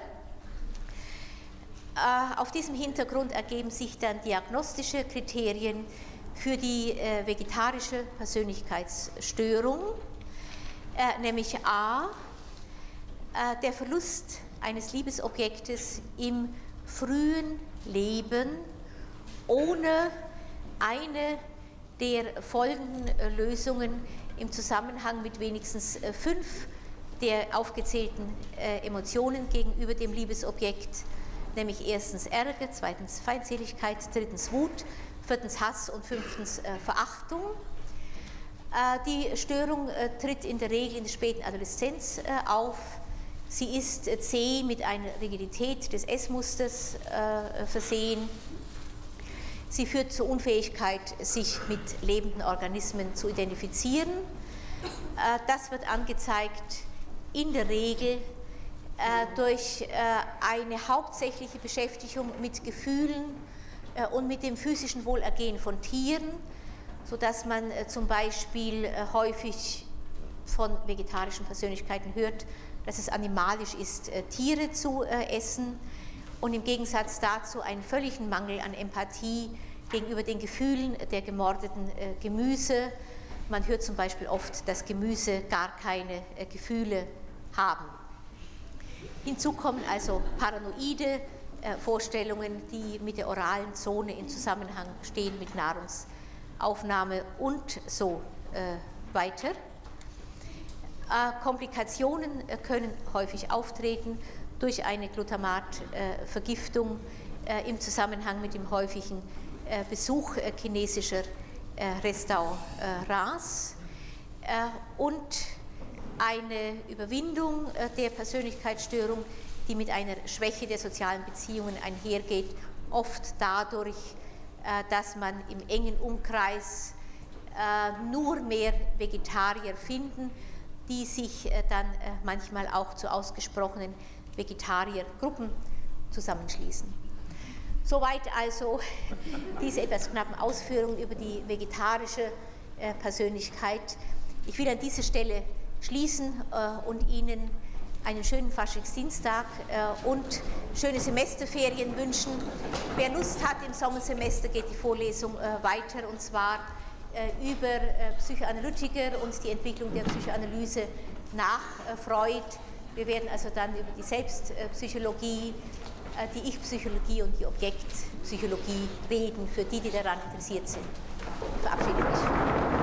Auf diesem Hintergrund ergeben sich dann diagnostische Kriterien für die vegetarische Persönlichkeitsstörung, nämlich a. Der Verlust eines Liebesobjektes im frühen Leben ohne eine der folgenden Lösungen im Zusammenhang mit wenigstens 5 der aufgezählten Emotionen gegenüber dem Liebesobjekt, nämlich erstens Ärger, zweitens Feindseligkeit, drittens Wut, viertens Hass und fünftens Verachtung. Die Störung tritt in der Regel in der späten Adoleszenz auf. Sie ist zäh mit einer Rigidität des Essmusters versehen. Sie führt zur Unfähigkeit, sich mit lebenden Organismen zu identifizieren. Das wird angezeigt in der Regel durch eine hauptsächliche Beschäftigung mit Gefühlen und mit dem physischen Wohlergehen von Tieren, sodass man zum Beispiel häufig von vegetarischen Persönlichkeiten hört, dass es animalisch ist, Tiere zu essen, und im Gegensatz dazu einen völligen Mangel an Empathie gegenüber den Gefühlen der gemordeten Gemüse. Man hört zum Beispiel oft, dass Gemüse gar keine Gefühle haben. Hinzu kommen also paranoide Vorstellungen, die mit der oralen Zone in Zusammenhang stehen, mit Nahrungsaufnahme und so weiter. Komplikationen können häufig auftreten durch eine Glutamatvergiftung im Zusammenhang mit dem häufigen Besuch chinesischer Restaurants und eine Überwindung der Persönlichkeitsstörung, die mit einer Schwäche der sozialen Beziehungen einhergeht, oft dadurch, dass man im engen Umkreis nur mehr Vegetarier finden, die sich dann manchmal auch zu ausgesprochenen Vegetariergruppen zusammenschließen. Soweit also diese etwas knappen Ausführungen über die vegetarische Persönlichkeit. Ich will an dieser Stelle schließen und Ihnen einen schönen Faschingsdienstag und schöne Semesterferien wünschen. Wer Lust hat, im Sommersemester geht die Vorlesung weiter, und zwar über Psychoanalytiker und die Entwicklung der Psychoanalyse nach Freud. Wir werden also dann über die Selbstpsychologie die Ich-Psychologie und die Objektpsychologie reden, für die, die daran interessiert sind. Ich verabschiede mich.